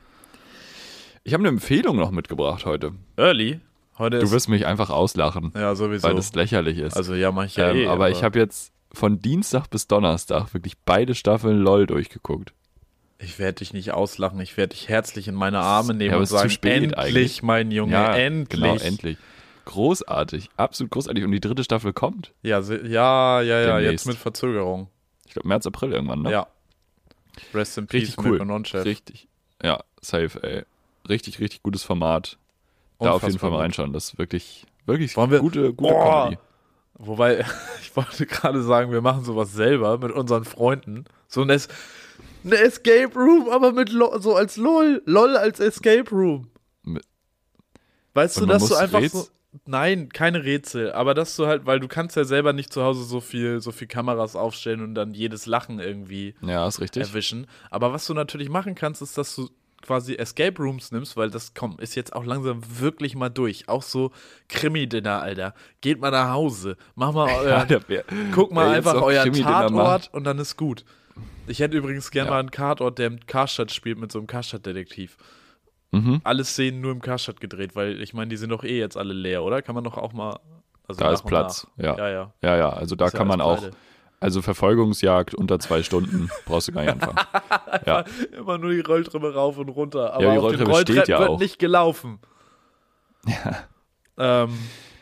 Ich habe eine Empfehlung noch mitgebracht heute. Early? Heute Du ist, wirst mich einfach auslachen, ja, sowieso. weil das lächerlich ist. Also ja, mach ich ja ähm, eh. aber ich habe jetzt von Dienstag bis Donnerstag wirklich beide Staffeln LOL durchgeguckt. Ich werde dich nicht auslachen, ich werde dich herzlich in meine Arme nehmen Ja, aber und es ist zu sagen, spät endlich, eigentlich. mein Junge, ja, endlich. Genau, endlich. Großartig, absolut großartig. Und die dritte Staffel kommt. Ja, se- ja, ja, ja, Demnächst. jetzt mit Verzögerung. Ich glaube, März, April irgendwann, ne? Ja. Rest in Peace, Richtig cool. Mirko Nonchef. Richtig. Ja, safe, ey. Richtig, richtig gutes Format. Da auf jeden Fall mal gut. reinschauen. Das ist wirklich, wirklich Wollen wir- gute, gute Oh! Comedy. Wobei, ich wollte gerade sagen, wir machen sowas selber mit unseren Freunden. So ein, es ein Escape Room, aber mit Lo so als LOL. LOL als Escape Room. Mit- Weißt Und du, man dass du muss einfach Räts- so. Nein, keine Rätsel, aber dass du halt, weil du kannst ja selber nicht zu Hause so viel, so viel Kameras aufstellen und dann jedes Lachen irgendwie Ja, ist richtig. erwischen. Aber was du natürlich machen kannst, ist, dass du quasi Escape Rooms nimmst, weil das, komm, ist jetzt auch langsam wirklich mal durch. Auch so Krimi-Dinner, Alter. Geht mal nach Hause, mach mal euren, Ja, der wär- guck mal wer jetzt einfach noch euren Krimi-Dinner Tatort macht. und dann ist gut. Ich hätte übrigens gerne Ja. mal einen Tatort, der im Karstadt spielt mit so einem Karstadt-Detektiv. Mhm. Alle Szenen nur im Karstadt gedreht, weil ich meine, die sind doch eh jetzt alle leer, oder? Kann man doch auch mal. Also Da nach ist und Platz, nach. ja. Ja, ja. Ja, ja, also da Ist ja kann man alles auch, pleite. also Verfolgungsjagd unter zwei Stunden brauchst du gar nicht anfangen. Ja, Immer nur die Rolltreppe rauf und runter. Aber Ja, die auf den Rolltreppe steht Rolltreppen ja wird auch. nicht gelaufen. Ja. Ähm,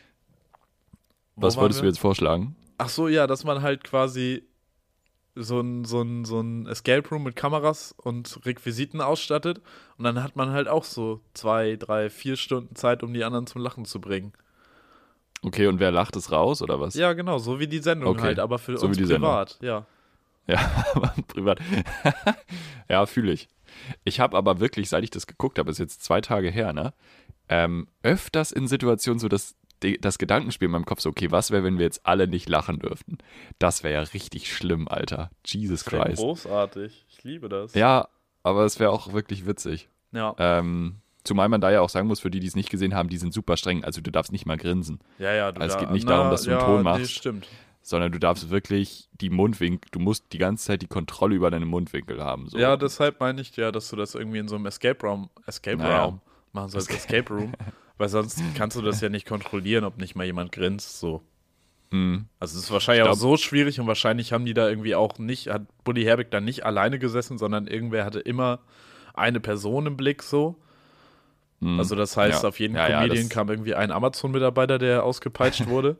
wo Was waren wolltest wir? du jetzt vorschlagen? Ach so, ja, dass man halt quasi so ein, so ein, so ein Escape Room mit Kameras und Requisiten ausstattet und dann hat man halt auch so zwei, drei, vier Stunden Zeit, um die anderen zum Lachen zu bringen. Okay, und wer lacht es raus, oder was? Ja, genau, so wie die Sendung Okay. halt, aber für So uns wie die Sendung. privat, ja. Ja, aber privat. Ja, fühle ich. Ich habe aber wirklich, seit ich das geguckt habe, ist jetzt zwei Tage her, ne, ähm, öfters in Situationen so das, das Gedankenspiel in meinem Kopf so, okay, was wäre, wenn wir jetzt alle nicht lachen dürften? Das wäre ja richtig schlimm, Alter. Jesus Das wäre Christ. großartig, ich liebe das. Ja, aber es wäre auch wirklich witzig. Ja, Ähm, zumal man da ja auch sagen muss, für die, die es nicht gesehen haben, die sind super streng. Also du darfst nicht mal grinsen, ja, ja. Du Also es da, geht nicht na, darum, dass du einen ja, Ton Nee, machst. stimmt. sondern du darfst wirklich die Mundwinkel, du musst die ganze Zeit die Kontrolle über deine Mundwinkel haben. So. Ja, deshalb meine ich ja, dass du das irgendwie in so einem Escape Room, Escape Naja. Room machen sollst, Escape Room, weil sonst kannst du das ja nicht kontrollieren, ob nicht mal jemand grinst, so. Mhm. Also es ist wahrscheinlich Ich auch glaub- so schwierig und wahrscheinlich haben die da irgendwie auch nicht, hat Bully Herbig da nicht alleine gesessen, sondern irgendwer hatte immer eine Person im Blick, so. Mhm. Also das heißt, Ja. auf jeden Ja, ja, Comedian das- kam irgendwie ein Amazon-Mitarbeiter, der ausgepeitscht wurde.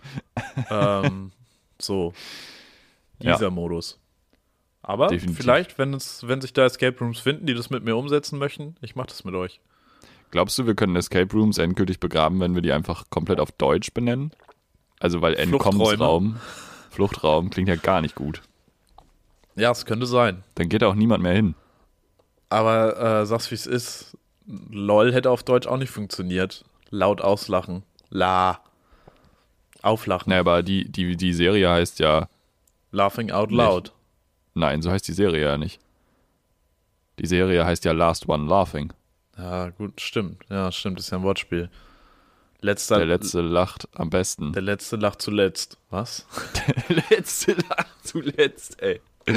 ähm, so, Ja. dieser Modus. Aber Definitiv. vielleicht, wenn es, wenn sich da Escape Rooms finden, die das mit mir umsetzen möchten, ich mach das mit euch. Glaubst du, wir können Escape Rooms endgültig begraben, wenn wir die einfach komplett auf Deutsch benennen? Also weil Entkommensraum, Fluchtraum klingt ja gar nicht gut. Ja, es könnte sein. Dann geht da auch niemand mehr hin. Aber äh, sag's wie es ist, LOL hätte auf Deutsch auch nicht funktioniert. Laut auslachen. La. Auflachen. Naja, aber die, die, die Serie heißt ja, Laughing out loud. nein, so heißt die Serie ja nicht. Die Serie heißt ja Last One Laughing. Ja, gut, stimmt. Ja, stimmt, ist ja ein Wortspiel. Letzter, Der Letzte lacht am besten. der Letzte lacht zuletzt. Was? Der Letzte lacht zuletzt, ey.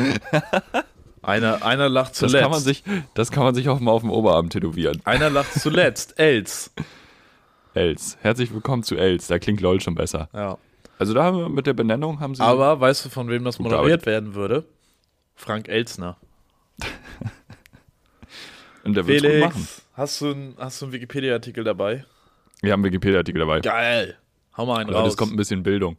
Einer, einer lacht Das zuletzt. kann man sich, das kann man sich auch mal auf dem Oberarm tätowieren. Einer lacht zuletzt. Els. Els. Herzlich willkommen zu Els. Da klingt LOL schon besser. Ja. Also da haben wir mit der Benennung haben sie. Aber weißt du, von wem das Gut moderiert werden würde? Frank Elstner. und der wird's gut machen. Felix, hast du einen hast du einen Wikipedia-Artikel dabei? Wir haben einen Wikipedia-Artikel dabei. Geil. Hau mal einen Also raus. das kommt ein bisschen Bildung.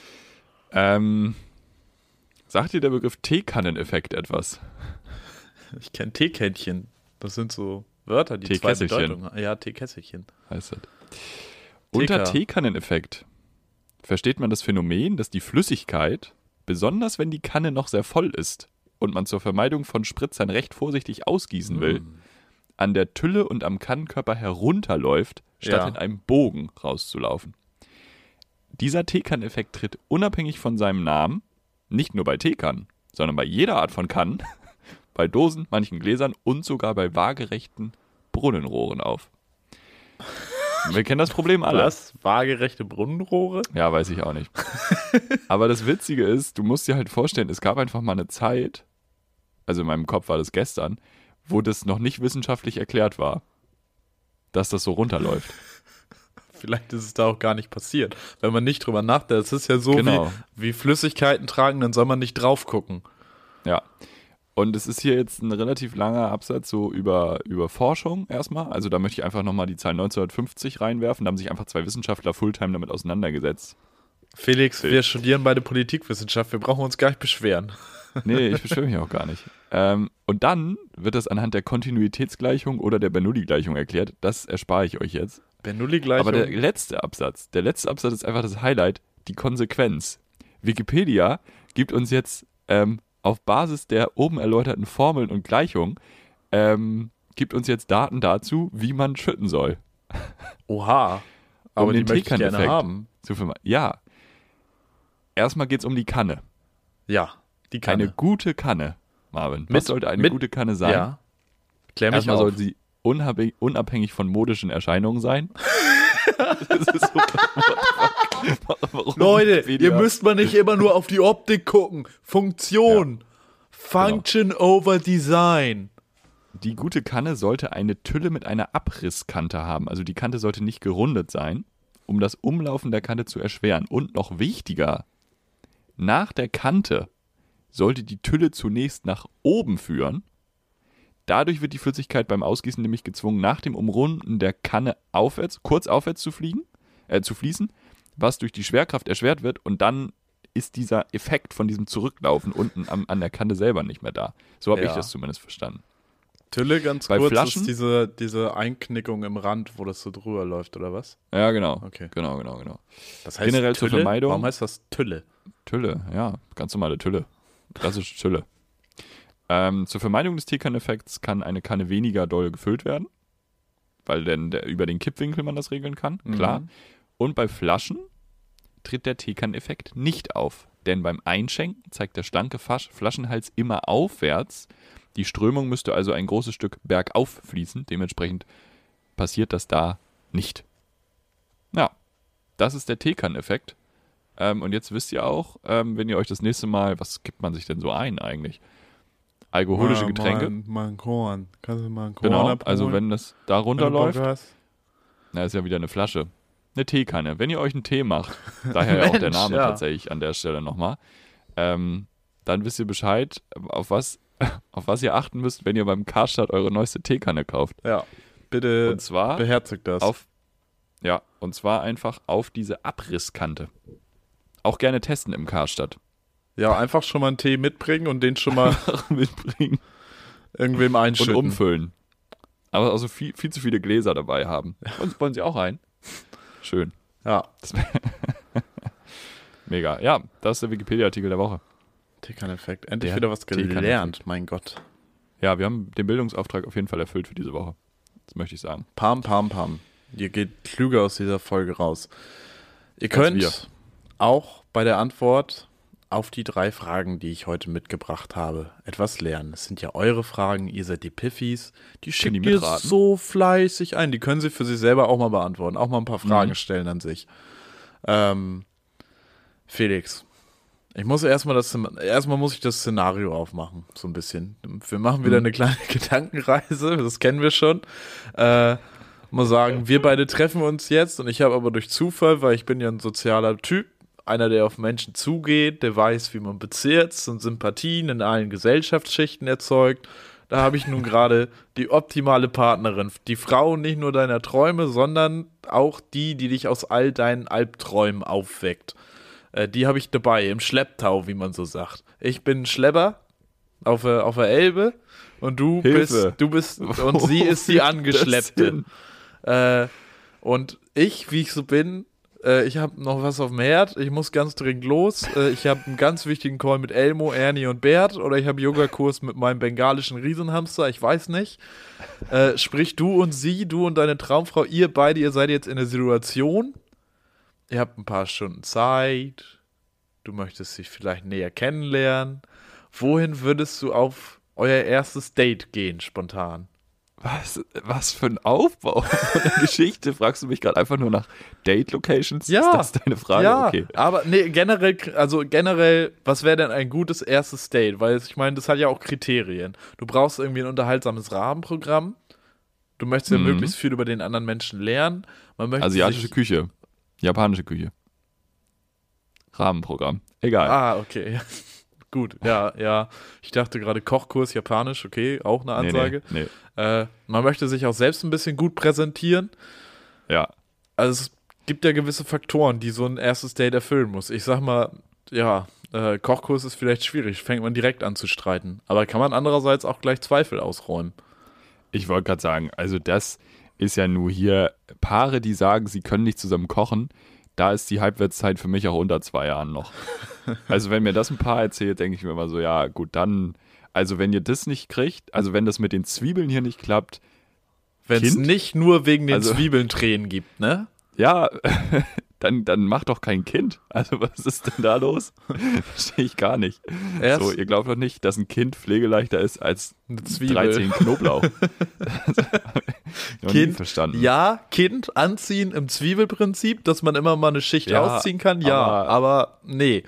Ähm, sagt dir der Begriff Teekanneneffekt etwas? Ich kenne Teekännchen. Das sind so Wörter, die zwei Teekesselchen. Bedeutungen haben. Ja, Teekesselchen. Heißt das. Unter Teekanneneffekt versteht man das Phänomen, dass die Flüssigkeit, besonders wenn die Kanne noch sehr voll ist und man zur Vermeidung von Spritzern recht vorsichtig ausgießen will, an der Tülle und am Kannenkörper herunterläuft, statt Ja. in einem Bogen rauszulaufen. Dieser Teekanneneffekt tritt unabhängig von seinem Namen, nicht nur bei Teekannen, sondern bei jeder Art von Kannen, bei Dosen, manchen Gläsern und sogar bei waagerechten Brunnenrohren auf. Wir kennen das Problem alle. Was? Waagerechte Brunnenrohre? Ja, weiß ich auch nicht. Aber das Witzige ist, du musst dir halt vorstellen, es gab einfach mal eine Zeit, also in meinem Kopf war das gestern, wo das noch nicht wissenschaftlich erklärt war, dass das so runterläuft. Vielleicht ist es da auch gar nicht passiert. Wenn man nicht drüber nachdenkt, es ist ja so, Genau. wie, wie Flüssigkeiten tragen, dann soll man nicht drauf gucken. Ja. Und es ist hier jetzt ein relativ langer Absatz so über, über Forschung erstmal. Also da möchte ich einfach nochmal die Zahl neunzehnhundertfünfzig reinwerfen. Da haben sich einfach zwei Wissenschaftler Fulltime damit auseinandergesetzt. Felix, wir studieren beide Politikwissenschaft, wir brauchen uns gar nicht beschweren. Nee, ich beschwöre mich auch gar nicht. Ähm, und dann wird das anhand der Kontinuitätsgleichung oder der Bernoulli-Gleichung erklärt. Das erspare ich euch jetzt. Bernoulli-Gleichung. Aber der letzte Absatz, der letzte Absatz ist einfach das Highlight, die Konsequenz. Wikipedia gibt uns jetzt ähm, auf Basis der oben erläuterten Formeln und Gleichungen, ähm, gibt uns jetzt Daten dazu, wie man schütten soll. Oha. Aber Um die den möchte ich gerne Teekanneneffekt haben. zu verme- Ja. Erstmal geht es um die Kanne. Ja, die Kanne. Eine gute Kanne, Marvin. Was Mit- sollte eine mit- gute Kanne sein? Ja. Klär mich Erstmal auf. sollte sie unabhängig, unabhängig von modischen Erscheinungen sein. Das ist so, warum Leute, Wikipedia- ihr müsst mal nicht immer nur auf die Optik gucken. Funktion. Function over Design. Die gute Kanne sollte eine Tülle mit einer Abrisskante haben. Also die Kante sollte nicht gerundet sein, um das Umlaufen der Kante zu erschweren. Und noch wichtiger, nach der Kante sollte die Tülle zunächst nach oben führen. Dadurch wird die Flüssigkeit beim Ausgießen nämlich gezwungen, nach dem Umrunden der Kanne aufwärts, kurz aufwärts zu fliegen, äh, zu fließen, was durch die Schwerkraft erschwert wird und dann ist dieser Effekt von diesem Zurücklaufen unten am, an der Kante selber nicht mehr da. So habe Ja. ich das zumindest verstanden. Tülle, ganz Bei kurz, Flaschen? ist diese, diese Einknickung im Rand, wo das so drüber läuft, oder was? Ja, genau. Okay. Genau, genau, genau. Das heißt Generell zur Tülle? Vermeidung- Warum heißt das Tülle? Tülle, ja, ganz normale Tülle. Klassische Tülle. Ähm, zur Vermeidung des Teekanneffekts kann eine Kanne weniger doll gefüllt werden, weil dann der, über den Kippwinkel man das regeln kann, klar. Mhm. Und bei Flaschen tritt der Teekanneffekt nicht auf, denn beim Einschenken zeigt der schlanke Fasch- Flaschenhals immer aufwärts. Die Strömung müsste also ein großes Stück bergauf fließen, dementsprechend passiert das da nicht. Ja, das ist der Teekanneffekt. Ähm, und jetzt wisst ihr auch, ähm, wenn ihr euch das nächste Mal, was gibt man sich denn so ein eigentlich? Alkoholische Mal- Getränke. Mal, mal ein Korn. Kannst du mal ein Korn Genau, abholen, also wenn das da wenn du runterläuft, Bock hast? na ist ja wieder eine Flasche. Eine Teekanne. Wenn ihr euch einen Tee macht, daher ja auch der Mensch, Name ja. tatsächlich an der Stelle nochmal, ähm, dann wisst ihr Bescheid, auf was, auf was ihr achten müsst, wenn ihr beim Karstadt eure neueste Teekanne kauft. Ja, bitte Und zwar beherzigt das. auf, ja, und zwar einfach auf diese Abrisskante. Auch gerne testen im Karstadt. Ja, einfach schon mal einen Tee mitbringen und den schon mal Mitbringen irgendwem und einschütten. umfüllen. Aber also viel, viel zu viele Gläser dabei haben. Und wollen Sie auch ein? Schön. Ja, Mega. Ja, das ist der Wikipedia-Artikel der Woche. Teekanneffekt. Endlich Der wieder was Teekanneffekt. gelernt, mein Gott. Ja, wir haben den Bildungsauftrag auf jeden Fall erfüllt für diese Woche. Das möchte ich sagen. Pam, pam, pam. Ihr geht klüger aus dieser Folge raus. Ihr Als könnt wir. auch bei der Antwort auf die drei Fragen, die ich heute mitgebracht habe, etwas lernen. Es sind ja eure Fragen, ihr seid die Piffis. Die schickt die ihr mitraten? so fleißig ein. Die können sie für sich selber auch mal beantworten. Auch mal ein paar Fragen Mhm. stellen an sich. Ähm, Felix, ich muss erstmal das, erstmal muss ich das Szenario aufmachen, so ein bisschen. Wir machen wieder Mhm. eine kleine Gedankenreise, das kennen wir schon. Äh, muss sagen, wir beide treffen uns jetzt und ich habe aber durch Zufall, weil ich bin ja ein sozialer Typ, einer, der auf Menschen zugeht, der weiß, wie man bezirzt und Sympathien in allen Gesellschaftsschichten erzeugt. Da habe ich nun gerade die optimale Partnerin. Die Frau nicht nur deiner Träume, sondern auch die, die dich aus all deinen Albträumen aufweckt. Äh, die habe ich dabei, im Schlepptau, wie man so sagt. Ich bin ein Schlepper auf der, auf der Elbe und du Hilfe. bist, du bist, und Wo sie ist die führt das Angeschleppte. hin? Äh, und ich, wie ich so bin, äh, ich habe noch was auf dem Herd, ich muss ganz dringend los. Äh, ich habe einen ganz wichtigen Call mit Elmo, Ernie und Bert oder ich habe Yogakurs mit meinem bengalischen Riesenhamster, ich weiß nicht. Äh, sprich, du und sie, du und deine Traumfrau, ihr beide, ihr seid jetzt in der Situation, ihr habt ein paar Stunden Zeit, du möchtest sie vielleicht näher kennenlernen. Wohin würdest du auf euer erstes Date gehen, spontan? Was, was für ein Aufbau von der Geschichte? Fragst du mich gerade einfach nur nach Date-Locations? Ja. Ist das deine Frage? Ja, Okay. aber nee, generell, also generell, was wäre denn ein gutes erstes Date? Weil ich meine, das hat ja auch Kriterien. Du brauchst irgendwie ein unterhaltsames Rahmenprogramm. Du möchtest ja Mhm. möglichst viel über den anderen Menschen lernen. Man möchte Asiatische sich, Küche. Japanische Küche. Rahmenprogramm. Egal. Ah, okay. Gut, ja, ja. Ich dachte gerade Kochkurs Japanisch, okay, auch eine Ansage. Nee, nee, Äh, man möchte sich auch selbst ein bisschen gut präsentieren. nee. Ja. Also es gibt ja gewisse Faktoren, die so ein erstes Date erfüllen muss. Ich sag mal, ja, äh, Kochkurs ist vielleicht schwierig, fängt man direkt an zu streiten. Aber kann man andererseits auch gleich Zweifel ausräumen. Ich wollte gerade sagen, also das ist ja nur hier Paare, die sagen, sie können nicht zusammen kochen. Da ist die Halbwertszeit für mich auch unter zwei Jahren noch. Also wenn mir das ein Paar erzählt, denke ich mir immer so, ja gut, dann, also wenn ihr das nicht kriegt, also wenn das mit den Zwiebeln hier nicht klappt, Wenn es Kind? nicht nur wegen den Also- Zwiebeln Tränen gibt, ne? ja, dann, dann macht doch kein Kind. Also was ist denn da los? Verstehe ich gar nicht. Erst So, ihr glaubt doch nicht, dass ein Kind pflegeleichter ist als eine Zwiebel. dreizehn Knoblauch. Das hab ich noch nie Kind, verstanden. ja, Kind anziehen im Zwiebelprinzip, dass man immer mal eine Schicht Ja, ausziehen kann, ja, aber- aber nee.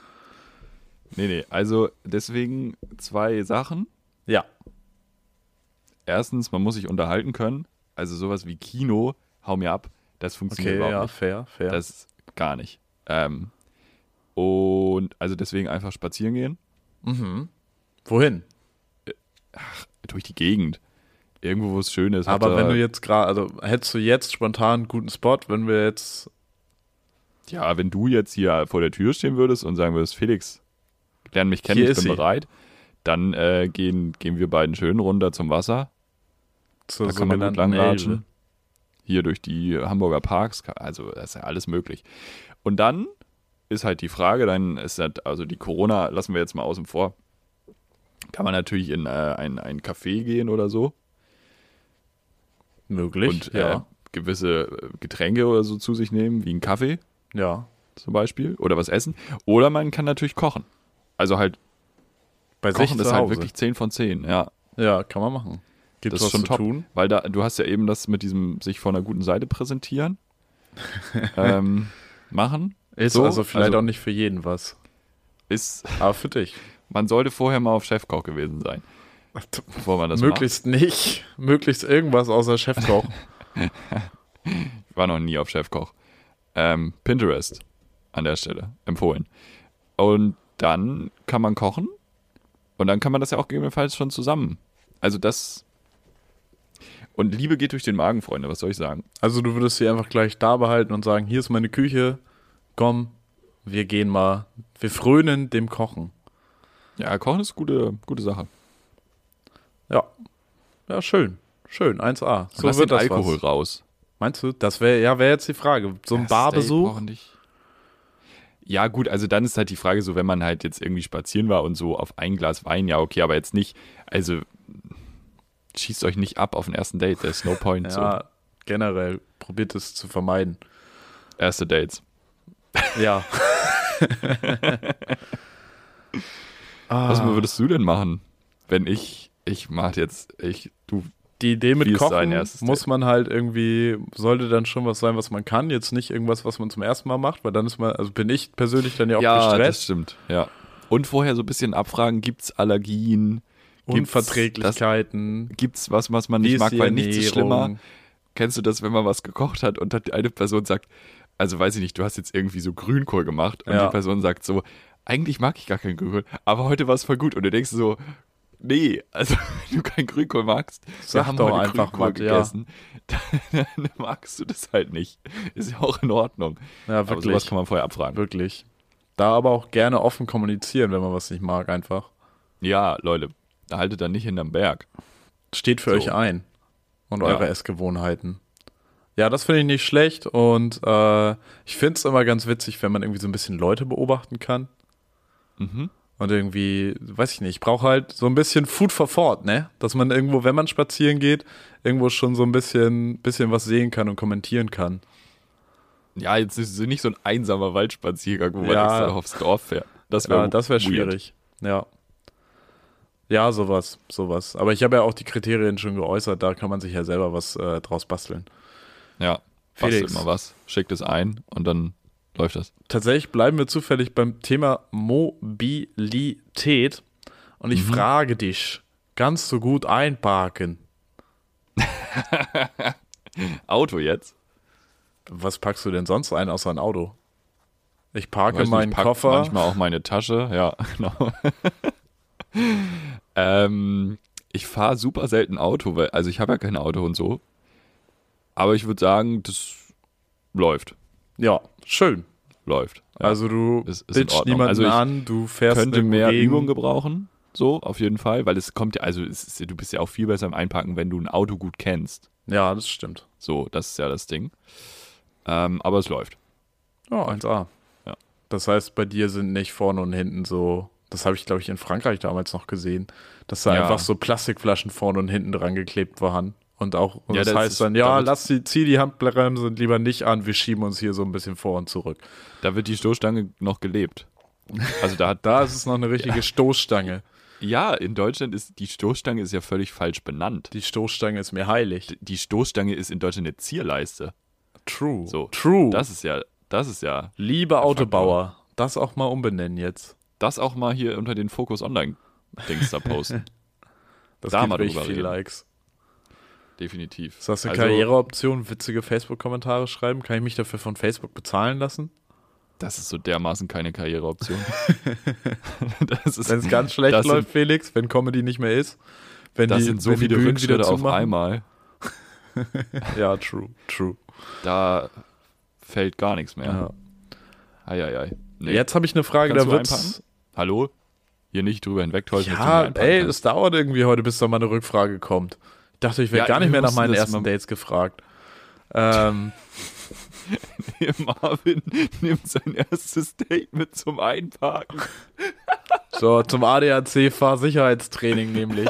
Nee, nee, also deswegen zwei Sachen. Ja, Erstens, man muss sich unterhalten können. Also sowas wie Kino, hau mir ab, das funktioniert okay, überhaupt ja, nicht. fair, fair. Das gar nicht. Ähm, und also deswegen einfach spazieren gehen. mhm. Wohin? Durch die Gegend. Irgendwo, wo es schön ist. Aber Habt wenn ihr- du jetzt gerade, also hättest du jetzt spontan einen guten Spot, wenn wir jetzt, Ja, wenn du jetzt hier vor der Tür stehen würdest und sagen würdest, Felix, lern mich kennen, Hier ich ist bin sie. bereit, Dann äh, gehen, gehen wir beiden schön runter zum Wasser. Zur Da kann man gut sogenannten langlatschen. Elbe. Hier durch die Hamburger Parks, also das ist ja alles möglich. Und dann ist halt die Frage, dann ist halt, also die Corona lassen wir jetzt mal außen vor, kann man natürlich in äh, ein, ein Café gehen oder so Möglich, und ja. äh, gewisse Getränke oder so zu sich nehmen, wie einen Kaffee Ja. zum Beispiel oder was essen. Oder man kann natürlich kochen. Also halt, Bei sich kochen zu ist halt Hause. wirklich zehn von zehn, ja. Ja, kann man machen. Gibt Das was ist schon zu top, tun? weil da, du hast ja eben das mit diesem sich von einer guten Seite präsentieren ähm, machen. Ist So, also vielleicht also- auch nicht für jeden was. Ist, Aber für dich. man sollte vorher mal auf Chefkoch gewesen sein, bevor man das Möglichst nicht. Möglichst irgendwas außer Chefkoch. macht. Ich war noch nie auf Chefkoch. Ähm, Pinterest an der Stelle empfohlen. Und dann kann man kochen und dann kann man das ja auch gegebenenfalls schon zusammen. Also das. Und Liebe geht durch den Magen, Freunde, was soll ich sagen? Also du würdest sie einfach gleich da behalten und sagen, hier ist meine Küche, komm, wir gehen mal, wir frönen dem Kochen. Ja, Kochen ist gute, gute Sache. Ja, ja, schön, schön, eins A. So So lass wird den das Alkohol was. raus. Meinst du, das wäre, ja, wäre jetzt die Frage. So ein Ja, Barbesuch, Steak brauchen dich. Ja, gut, also dann ist halt die Frage so, wenn man halt jetzt irgendwie spazieren war und so auf ein Glas Wein, ja, okay, aber jetzt nicht, also schießt euch nicht ab auf den ersten Date, der ist no point. So. ja, generell, probiert es zu vermeiden. Erste Dates. Ja. Was ah, würdest du denn machen, wenn ich, ich mach jetzt, ich, du, die Idee mit Wie ist dein Kochen erstes muss Date? man halt irgendwie, sollte dann schon was sein, was man kann. Jetzt nicht irgendwas, was man zum ersten Mal macht, weil dann ist man, also bin ich persönlich dann ja auch ja, das gestresst. stimmt, ja. Und vorher so ein bisschen abfragen, gibt's Allergien, gibt's Unverträglichkeiten. das, gibt's was, was man wie nicht ist mag, die weil nichts ist schlimmer. Ernährung? Kennst du das, wenn man was gekocht hat und dann die eine Person sagt, also weiß ich nicht, du hast jetzt irgendwie so Grünkohl gemacht und Ja. die Person sagt so, eigentlich mag ich gar keinen Grünkohl, aber heute war es voll gut. Und du denkst so, nee, also wenn du keinen Grünkohl magst, Sag wir haben doch heute einfach Grünkohl was, ja. gegessen, dann, dann magst du das halt nicht. Ist ja auch in Ordnung. Ja, Aber wirklich. sowas kann man vorher abfragen. Wirklich. Da aber auch gerne offen kommunizieren, wenn man was nicht mag, einfach. Ja, Leute, da haltet dann nicht hinterm Berg. Steht für So. euch ein und Ja. eure Essgewohnheiten. Ja, das finde ich nicht schlecht und äh, ich finde es immer ganz witzig, wenn man irgendwie so ein bisschen Leute beobachten kann. Mhm. Und irgendwie, weiß ich nicht, ich brauche halt so ein bisschen Food for thought, ne? Dass man irgendwo, wenn man spazieren geht, irgendwo schon so ein bisschen, bisschen was sehen kann und kommentieren kann. Ja, jetzt ist es nicht so ein einsamer Waldspaziergang, wo man Ja. extra aufs Dorf fährt. Das wäre Ja, das wäre schwierig. Ja. Ja, sowas, sowas. Aber ich habe ja auch die Kriterien schon geäußert, da kann man sich ja selber was äh, draus basteln. Ja, Felix. bastelt mal was, schickt es ein und dann läuft das. Tatsächlich bleiben wir zufällig beim Thema Mobilität und ich Mhm. frage dich, kannst du gut einparken? Auto jetzt? Was packst du denn sonst ein außer ein Auto? Ich parke Weiß nicht, meinen ich pack Koffer. manchmal auch meine Tasche, ja, genau. ähm, ich fahre super selten Auto, weil, also ich habe ja kein Auto und so. Aber ich würde sagen, das läuft. Ja, schön. Läuft. Ja. Also du Ist- ist in bitchst Ordnung. niemanden Also ich an, du fährst könnte irgendwo mehr gegen. Übung gebrauchen, so auf jeden Fall, weil es kommt ja, also es ist, du bist ja auch viel besser im Einparken, wenn du ein Auto gut kennst. Ja, das stimmt. So, das ist ja das Ding. Ähm, aber es läuft. Ja, eins A. Ja. Das heißt, bei dir sind nicht vorne und hinten so, das habe ich glaube ich in Frankreich damals noch gesehen, dass da Ja. einfach so Plastikflaschen vorne und hinten dran geklebt waren. Und auch, und Ja, das, das heißt ist- dann, ja, damit- lass die, zieh die Handbremse lieber nicht an, wir schieben uns hier so ein bisschen vor und zurück. Da wird die Stoßstange noch gelebt. Also da hat, Da ist es noch eine richtige Stoßstange. ja, in Deutschland ist die Stoßstange ist ja völlig falsch benannt. Die Stoßstange ist mir heilig. Die Stoßstange ist in Deutschland eine Zierleiste. True. So. True. Das ist ja, das ist ja, Liebe Autobauer, das auch mal umbenennen jetzt. das auch mal hier unter den Focus Online-Dings da posten. Das Da gibt mal richtig drüber viel reden. Likes. Definitiv. Ist das eine Also, Karriereoption? Witzige Facebook-Kommentare schreiben? Kann ich mich dafür von Facebook bezahlen lassen? Das ist so dermaßen keine Karriereoption. das ist, Wenn es ganz schlecht das sind- läuft, Felix, wenn Comedy nicht mehr ist, wenn das die, sind so wenn die viele Bühnen Rückschritte auf zumachen. einmal. Ja, true, true. Da fällt gar nichts mehr. Ja. Eieiei. Nee. Jetzt habe ich eine Frage, Kannst da du wird's, einpacken? Hallo? hier nicht drüber hinwegtäuschen. Ja, ey, es dauert irgendwie heute, bis da mal eine Rückfrage kommt. Ich dachte, ich werde ja, gar nicht mehr nach meinen ersten Dates gefragt. Ähm. Marvin nimmt sein erstes Date mit zum Einparken. So, zum A D A C-Fahrsicherheitstraining nämlich.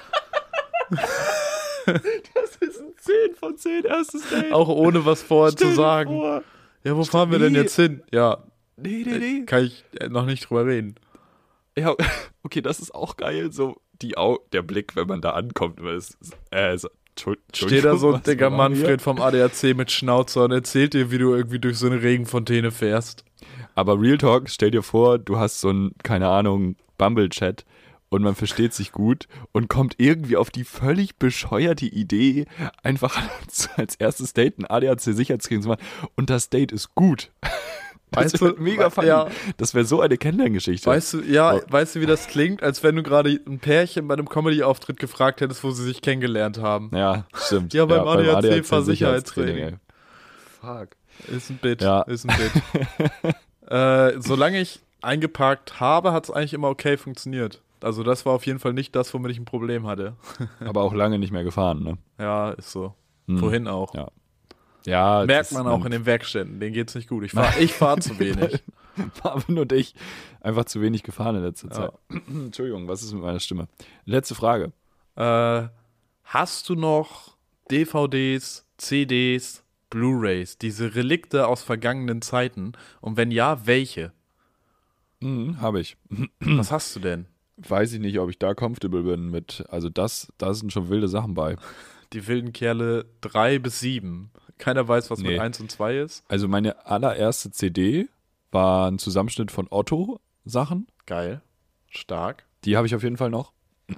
Das ist ein zehn von zehn erstes Date. Auch ohne was vorher Stell zu sagen. Vor. Ja, wo fahren wir denn jetzt hin? Ja. Nee, nee, nee. Kann ich noch nicht drüber reden. Ja, okay, das ist auch geil. So die Au der Blick, wenn man da ankommt. Ist, äh, so, Steht da so ein dicker Manfred vom A D A C mit Schnauzer und erzählt dir, wie du irgendwie durch so eine Regenfontäne fährst. Aber Real Talk, stell dir vor, du hast so ein, keine Ahnung, Bumble-Chat und man versteht sich gut und kommt irgendwie auf die völlig bescheuerte Idee, einfach als erstes Date ein A D A C-Sicherheitstraining zu machen und das Date ist gut. Das weißt wird du, mega funny. Ja. Das wäre so eine Kennenlerngeschichte. Weißt du, ja, oh. weißt du, wie das klingt? Als wenn du gerade ein Pärchen bei einem Comedy-Auftritt gefragt hättest, wo sie sich kennengelernt haben. Ja, stimmt. Ja, beim ja, A D A C-Fahrsicherheitstraining. Fuck. Ist ein Bit, ja. ist ein Bit. äh, solange ich eingeparkt habe, hat es eigentlich immer okay funktioniert. Also das war auf jeden Fall nicht das, womit ich ein Problem hatte. Aber auch lange nicht mehr gefahren, ne? Ja, ist so. Hm. Vorhin auch. Ja. Ja, merkt man auch in den Werkstätten, denen geht's nicht gut. Ich fahre ich fahr zu wenig. Marvin und ich einfach zu wenig gefahren in letzter Zeit. Ja. Entschuldigung, was ist mit meiner Stimme? Letzte Frage. Äh, hast du noch D V Ds, C Ds, Blu-Rays, diese Relikte aus vergangenen Zeiten? Und wenn ja, welche? Mhm, habe ich. Was hast du denn? Weiß ich nicht, ob ich da comfortable bin mit. Also das, da sind schon wilde Sachen bei. Die wilden Kerle drei bis sieben. Keiner weiß, was nee. mit eins und zwei ist. Also meine allererste C D war ein Zusammenschnitt von Otto-Sachen. Geil. Stark. Die habe ich auf jeden Fall noch.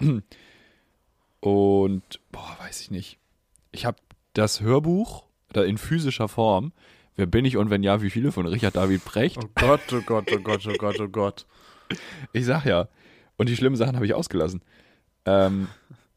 Und, boah, weiß ich nicht. Ich habe das Hörbuch da in physischer Form. Wer bin ich und wenn ja, wie viele von Richard David Brecht? Oh Gott, oh Gott, oh Gott, oh Gott, oh Gott. Ich sag ja. Und die schlimmen Sachen habe ich ausgelassen. Ähm,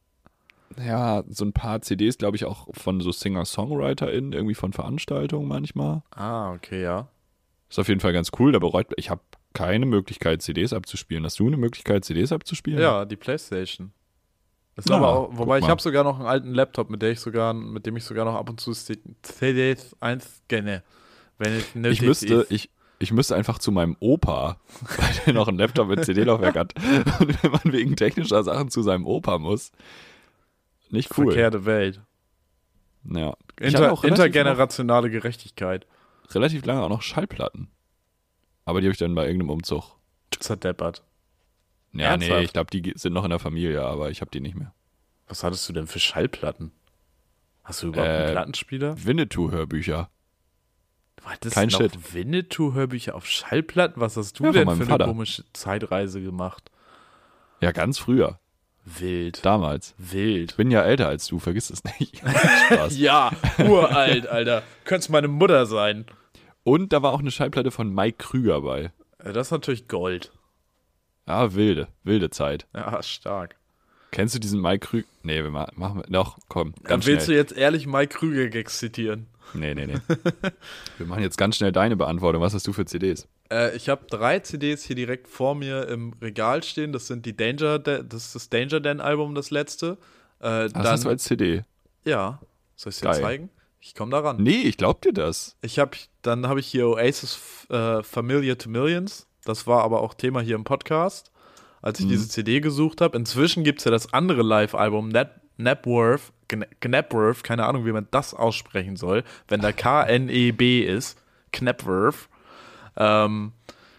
ja, so ein paar C Ds, glaube ich, auch von so Singer-SongwriterInnen, irgendwie von Veranstaltungen manchmal. Ah, okay, ja. Ist auf jeden Fall ganz cool, da bereut ich habe keine Möglichkeit, C Ds abzuspielen. Hast du eine Möglichkeit, C Ds abzuspielen? Ja, die Playstation. Das ist Ja, aber auch, wobei ich mal. habe sogar noch einen alten Laptop, mit dem ich sogar, mit dem ich sogar noch ab und zu C Ds einscanne, wenn es nötig ich müsste, ist. ich, ich müsste einfach zu meinem Opa, weil der noch einen Laptop mit C D-Laufwerk hat. Und wenn man wegen technischer Sachen zu seinem Opa muss, nicht cool. Verkehrte Welt. Ja. Ich Inter, hatte auch relativ intergenerationale Gerechtigkeit. noch, relativ lange auch noch Schallplatten. Aber die habe ich dann bei irgendeinem Umzug. Zerdeppert. Ja, Ernsthaft? nee, ich glaube, die sind noch in der Familie, aber ich habe die nicht mehr. Was hattest du denn für Schallplatten? Hast du überhaupt Äh, einen Plattenspieler? Winnetou-Hörbücher. Hattest kein du noch Shit. Winnetou-Hörbücher auf Schallplatten? Was hast du Ja, von denn meinem für eine Vater. komische Zeitreise gemacht? Ja, ganz früher. Wild. Damals. Wild. Ich bin ja älter als du, vergiss es nicht. Spaß. Ja, uralt, Alter. Könnt's meine Mutter sein. Und da war auch eine Schallplatte von Mike Krüger bei. Das ist natürlich Gold. Ja, wilde, wilde Zeit. Ja, stark. Kennst du diesen Mike Krüger? Nee, wir ma- machen wir. Doch, komm, Dann ganz willst schnell. du jetzt ehrlich Mike Krüger-Gags zitieren? Nee, nee, nee. Wir machen jetzt ganz schnell deine Beantwortung. Was hast du für C Ds? Äh, ich habe drei C Ds hier direkt vor mir im Regal stehen. Das sind die Danger, Dan, das ist das Danger Dan Album, das letzte. Äh, Das dann, hast du als C D? ja, soll ich dir Geil. zeigen? Ich komme da ran. Nee, ich glaub dir das. Ich habe, dann habe ich hier Oasis äh, Familiar to Millions. Das war aber auch Thema hier im Podcast, als ich Mhm. diese C D gesucht habe. Inzwischen gibt es ja das andere Live-Album, Nap- Napworth, Kn- Knapworth, keine Ahnung, wie man das aussprechen soll, wenn da K N E B ist. Knapworth. Ähm,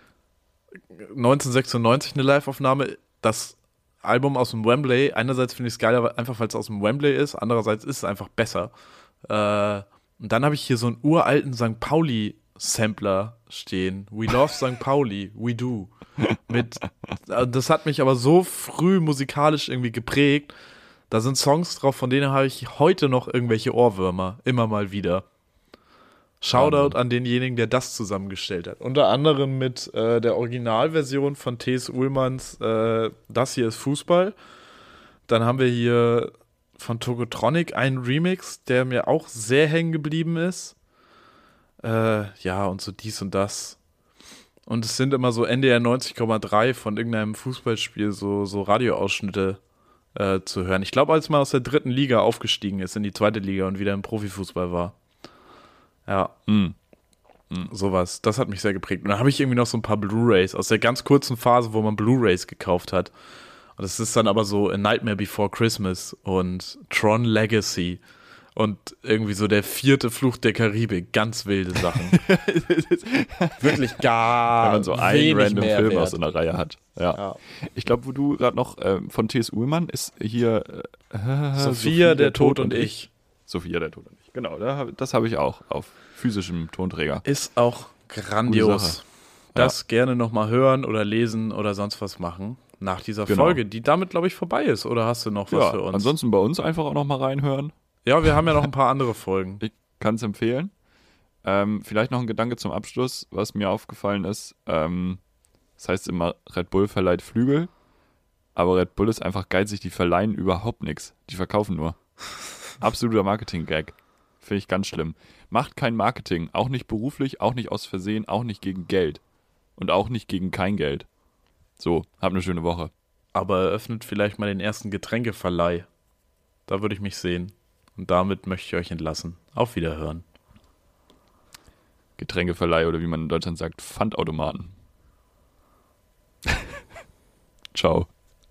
neunzehnhundertsechsundneunzig eine Live-Aufnahme. Das Album aus dem Wembley. Einerseits finde ich es geil, aber einfach weil es aus dem Wembley ist. Andererseits ist es einfach besser. Äh, und dann habe ich hier so einen uralten Sankt Pauli-Sampler stehen. We love Sankt Pauli, we do. Mit, äh, das hat mich aber so früh musikalisch irgendwie geprägt. Da sind Songs drauf, von denen habe ich heute noch irgendwelche Ohrwürmer. Immer mal wieder. Shoutout Wahnsinn. an denjenigen, der das zusammengestellt hat. Unter anderem mit äh, der Originalversion von T S. Ullmanns äh, Das hier ist Fußball. Dann haben wir hier von Tokotronic einen Remix, der mir auch sehr hängen geblieben ist. Äh, ja, und so dies und das. Und es sind immer so N D R neunzig Komma drei von irgendeinem Fußballspiel so, so Radioausschnitte äh, zu hören. Ich glaube, als man aus der dritten Liga aufgestiegen ist in die zweite Liga und wieder im Profifußball war. Ja. Mhm. Sowas. Das hat mich sehr geprägt. Und dann habe ich irgendwie noch so ein paar Blu-Rays aus der ganz kurzen Phase, wo man Blu-Rays gekauft hat. Und das ist dann aber so A Nightmare Before Christmas und Tron Legacy und irgendwie so der vierte Fluch der Karibik. Ganz wilde Sachen. Wirklich gar Wenn man so einen wenig random Film Mehrwert. aus so einer Reihe hat. Ja. Ja. Ich glaube, wo du gerade noch äh, von T S. Ullmann ist hier äh, Sophia, der Tod und ich. Sophia, der Tod und ich. Genau, da hab, das habe ich auch auf physischem Tonträger. Ist auch Gute grandios. Sache. Das gerne nochmal hören oder lesen oder sonst was machen nach dieser Genau. Folge, die damit, glaube ich, vorbei ist. Oder hast du noch was Ja, für uns? ansonsten bei uns einfach auch noch mal reinhören. Ja, wir haben ja noch ein paar andere Folgen. Ich kann es empfehlen. Ähm, vielleicht noch ein Gedanke zum Abschluss, was mir aufgefallen ist. Ähm, das heißt immer, Red Bull verleiht Flügel, aber Red Bull ist einfach geizig, die verleihen überhaupt nichts. Die verkaufen nur. Absoluter Marketing-Gag. Finde ich ganz schlimm. Macht kein Marketing, auch nicht beruflich, auch nicht aus Versehen, auch nicht gegen Geld. Und auch nicht gegen kein Geld. So, habt eine schöne Woche. Aber eröffnet vielleicht mal den ersten Getränkeverleih. Da würde ich mich sehen. Und damit möchte ich euch entlassen. Auf Wiederhören. Getränkeverleih oder wie man in Deutschland sagt, Pfandautomaten. Ciao.